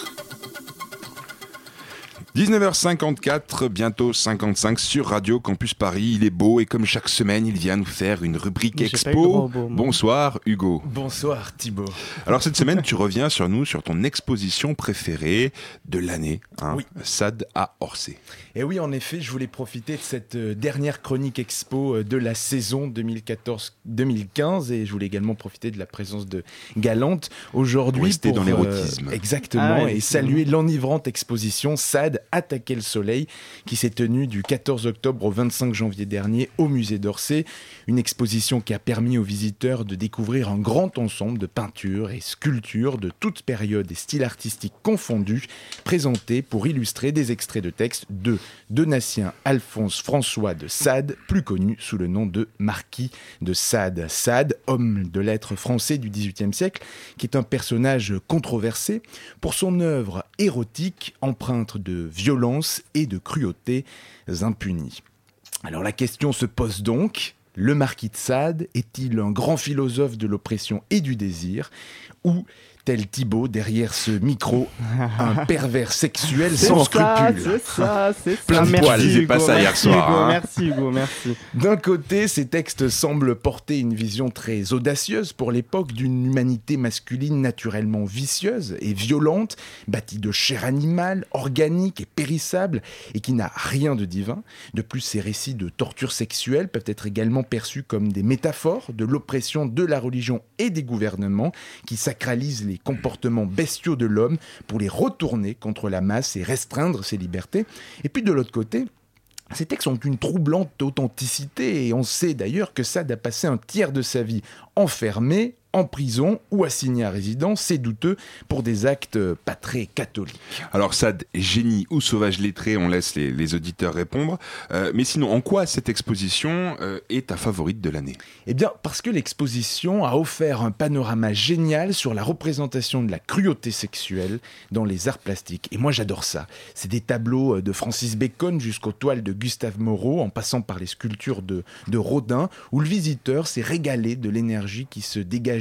Speaker 6: dix-neuf heures cinquante-quatre, bientôt cinquante-cinq sur Radio Campus Paris. Il est beau et comme chaque semaine, il vient nous faire une rubrique
Speaker 16: Mais j'ai pas eu
Speaker 6: expo.
Speaker 16: le droit au beau, moi.
Speaker 6: Bonsoir Hugo.
Speaker 19: Bonsoir Thibaut.
Speaker 6: Alors cette semaine, tu reviens sur nous, sur ton exposition préférée de l'année, hein,
Speaker 19: Oui.
Speaker 6: Sade à Orsay.
Speaker 19: Et oui, en effet, je voulais profiter de cette euh, dernière chronique expo euh, de la saison deux mille quatorze deux mille quinze et je voulais également profiter de la présence de Galante aujourd'hui
Speaker 6: Rester
Speaker 19: pour
Speaker 6: dans l'érotisme.
Speaker 19: euh, exactement
Speaker 16: Ah ouais,
Speaker 19: et saluer l'enivrante exposition Sade Attaquer le soleil qui s'est tenue du quatorze octobre au vingt-cinq janvier dernier au musée d'Orsay, une exposition qui a permis aux visiteurs de découvrir un grand ensemble de peintures et sculptures de toutes périodes et styles artistiques confondus présentés pour illustrer des extraits de textes de Donatien Alphonse François de Sade, plus connu sous le nom de Marquis de Sade. Sade, homme de lettres français du dix-huitième siècle, qui est un personnage controversé pour son œuvre érotique empreinte de violence et de cruautés impunies. Alors la question se pose donc, le Marquis de Sade est-il un grand philosophe de l'oppression et du désir, ou tel Thibaut derrière ce micro, un pervers sexuel
Speaker 16: C'est
Speaker 19: sans
Speaker 16: ça,
Speaker 19: scrupules.
Speaker 16: c'est ça, c'est ça.
Speaker 19: Plein de
Speaker 16: Merci,
Speaker 19: poils.
Speaker 6: Je disais
Speaker 16: Hugo,
Speaker 6: pas ça hier
Speaker 16: merci,
Speaker 6: soir,
Speaker 16: Hugo,
Speaker 6: hein.
Speaker 16: Merci Hugo, merci.
Speaker 19: D'un côté, ces textes semblent porter une vision très audacieuse pour l'époque d'une humanité masculine naturellement vicieuse et violente, bâtie de chair animale, organique et périssable, et qui n'a rien de divin. De plus, ces récits de torture sexuelle peuvent être également perçus comme des métaphores de l'oppression de la religion et des gouvernements qui sacralisent les comportements bestiaux de l'homme pour les retourner contre la masse et restreindre ses libertés. Et puis de l'autre côté, ces textes ont une troublante authenticité et on sait d'ailleurs que Sade a passé un tiers de sa vie enfermé, en prison ou assigné à résidence, c'est douteux pour des actes pas très catholiques.
Speaker 6: Alors Sade, génie ou sauvage lettré, on laisse les, les auditeurs répondre. Euh, mais sinon, en quoi cette exposition euh, est ta favorite de l'année?
Speaker 19: Eh bien, parce que l'exposition a offert un panorama génial sur la représentation de la cruauté sexuelle dans les arts plastiques. Et moi, j'adore ça. C'est des tableaux de Francis Bacon jusqu'aux toiles de Gustave Moreau, en passant par les sculptures de, de Rodin, où le visiteur s'est régalé de l'énergie qui se dégageait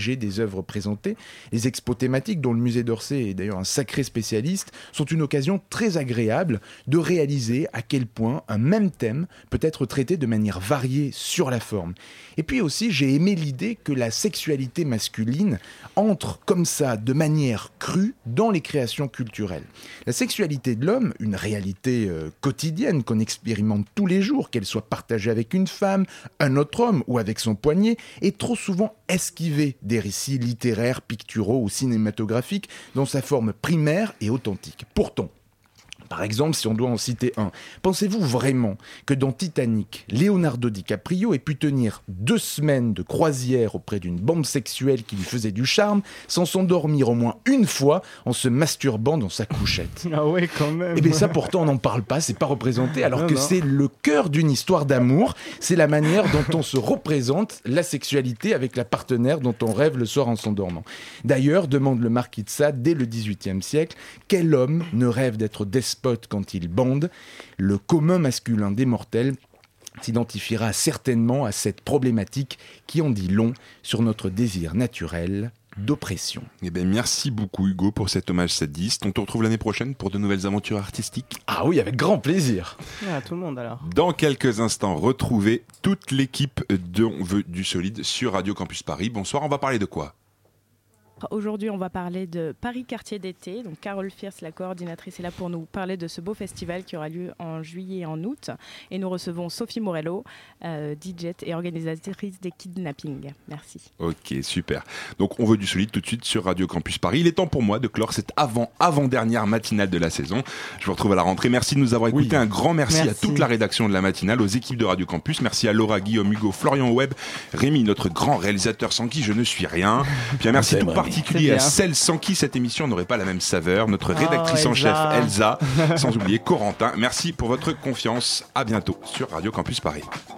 Speaker 19: partager des œuvres présentées. Les expos thématiques, dont le musée d'Orsay est d'ailleurs un sacré spécialiste, sont une occasion très agréable de réaliser à quel point un même thème peut être traité de manière variée sur la forme. Et puis aussi, j'ai aimé l'idée que la sexualité masculine entre comme ça, de manière crue, dans les créations culturelles. La sexualité de l'homme, une réalité euh, quotidienne qu'on expérimente tous les jours, qu'elle soit partagée avec une femme, un autre homme ou avec son poignet, est trop souvent esquivée des récits littéraires, picturaux ou cinématographiques dans sa forme primaire et authentique. Pourtant, par exemple, si on doit en citer un, pensez-vous vraiment que dans Titanic, Leonardo DiCaprio ait pu tenir deux semaines de croisière auprès d'une bombe sexuelle qui lui faisait du charme sans s'endormir au moins une fois en se masturbant dans sa couchette?
Speaker 16: Ah ouais, quand même.
Speaker 19: Eh bien ça, pourtant, on n'en parle pas, c'est pas représenté, alors
Speaker 16: non,
Speaker 19: que
Speaker 16: non.
Speaker 19: c'est le cœur d'une histoire d'amour, c'est la manière dont on se représente la sexualité avec la partenaire dont on rêve le soir en s'endormant. D'ailleurs, demande le marquis de Sade dès le dix-huitième siècle, quel homme ne rêve d'être despote quand il bande? Le commun masculin des mortels s'identifiera certainement à cette problématique qui en dit long sur notre désir naturel d'oppression.
Speaker 6: Eh bien, merci beaucoup Hugo pour cet hommage sadiste. On te retrouve l'année prochaine pour de nouvelles aventures artistiques.
Speaker 19: Ah oui, avec grand plaisir.
Speaker 16: Ah, tout le monde alors.
Speaker 6: Dans quelques instants, retrouvez toute l'équipe de On veut du solide sur Radio Campus Paris. Bonsoir, on va parler de quoi ?
Speaker 20: Aujourd'hui, on va parler de Paris Quartier d'été. Donc, Carole Fierce, la coordinatrice, est là pour nous parler de ce beau festival qui aura lieu en juillet et en août. Et nous recevons Sophie Morello, euh, D J et organisatrice des kidnappings. Merci.
Speaker 6: Ok, super. Donc, on veut du solide tout de suite sur Radio Campus Paris. Il est temps pour moi de clore cette avant, avant-dernière matinale de la saison. Je vous retrouve à la rentrée. Merci de nous avoir écoutés. Oui. Un grand merci, merci à toute la rédaction de la matinale, aux équipes de Radio Campus. Merci à Laura, Guillaume, Hugo, Florian Webb, Rémi, notre grand réalisateur sans qui je ne suis rien. Bien, merci tout particulier à celle sans qui cette émission n'aurait pas la même saveur, notre rédactrice oh, en chef Elsa, sans oublier Corentin. Merci pour votre confiance. À bientôt sur Radio Campus Paris.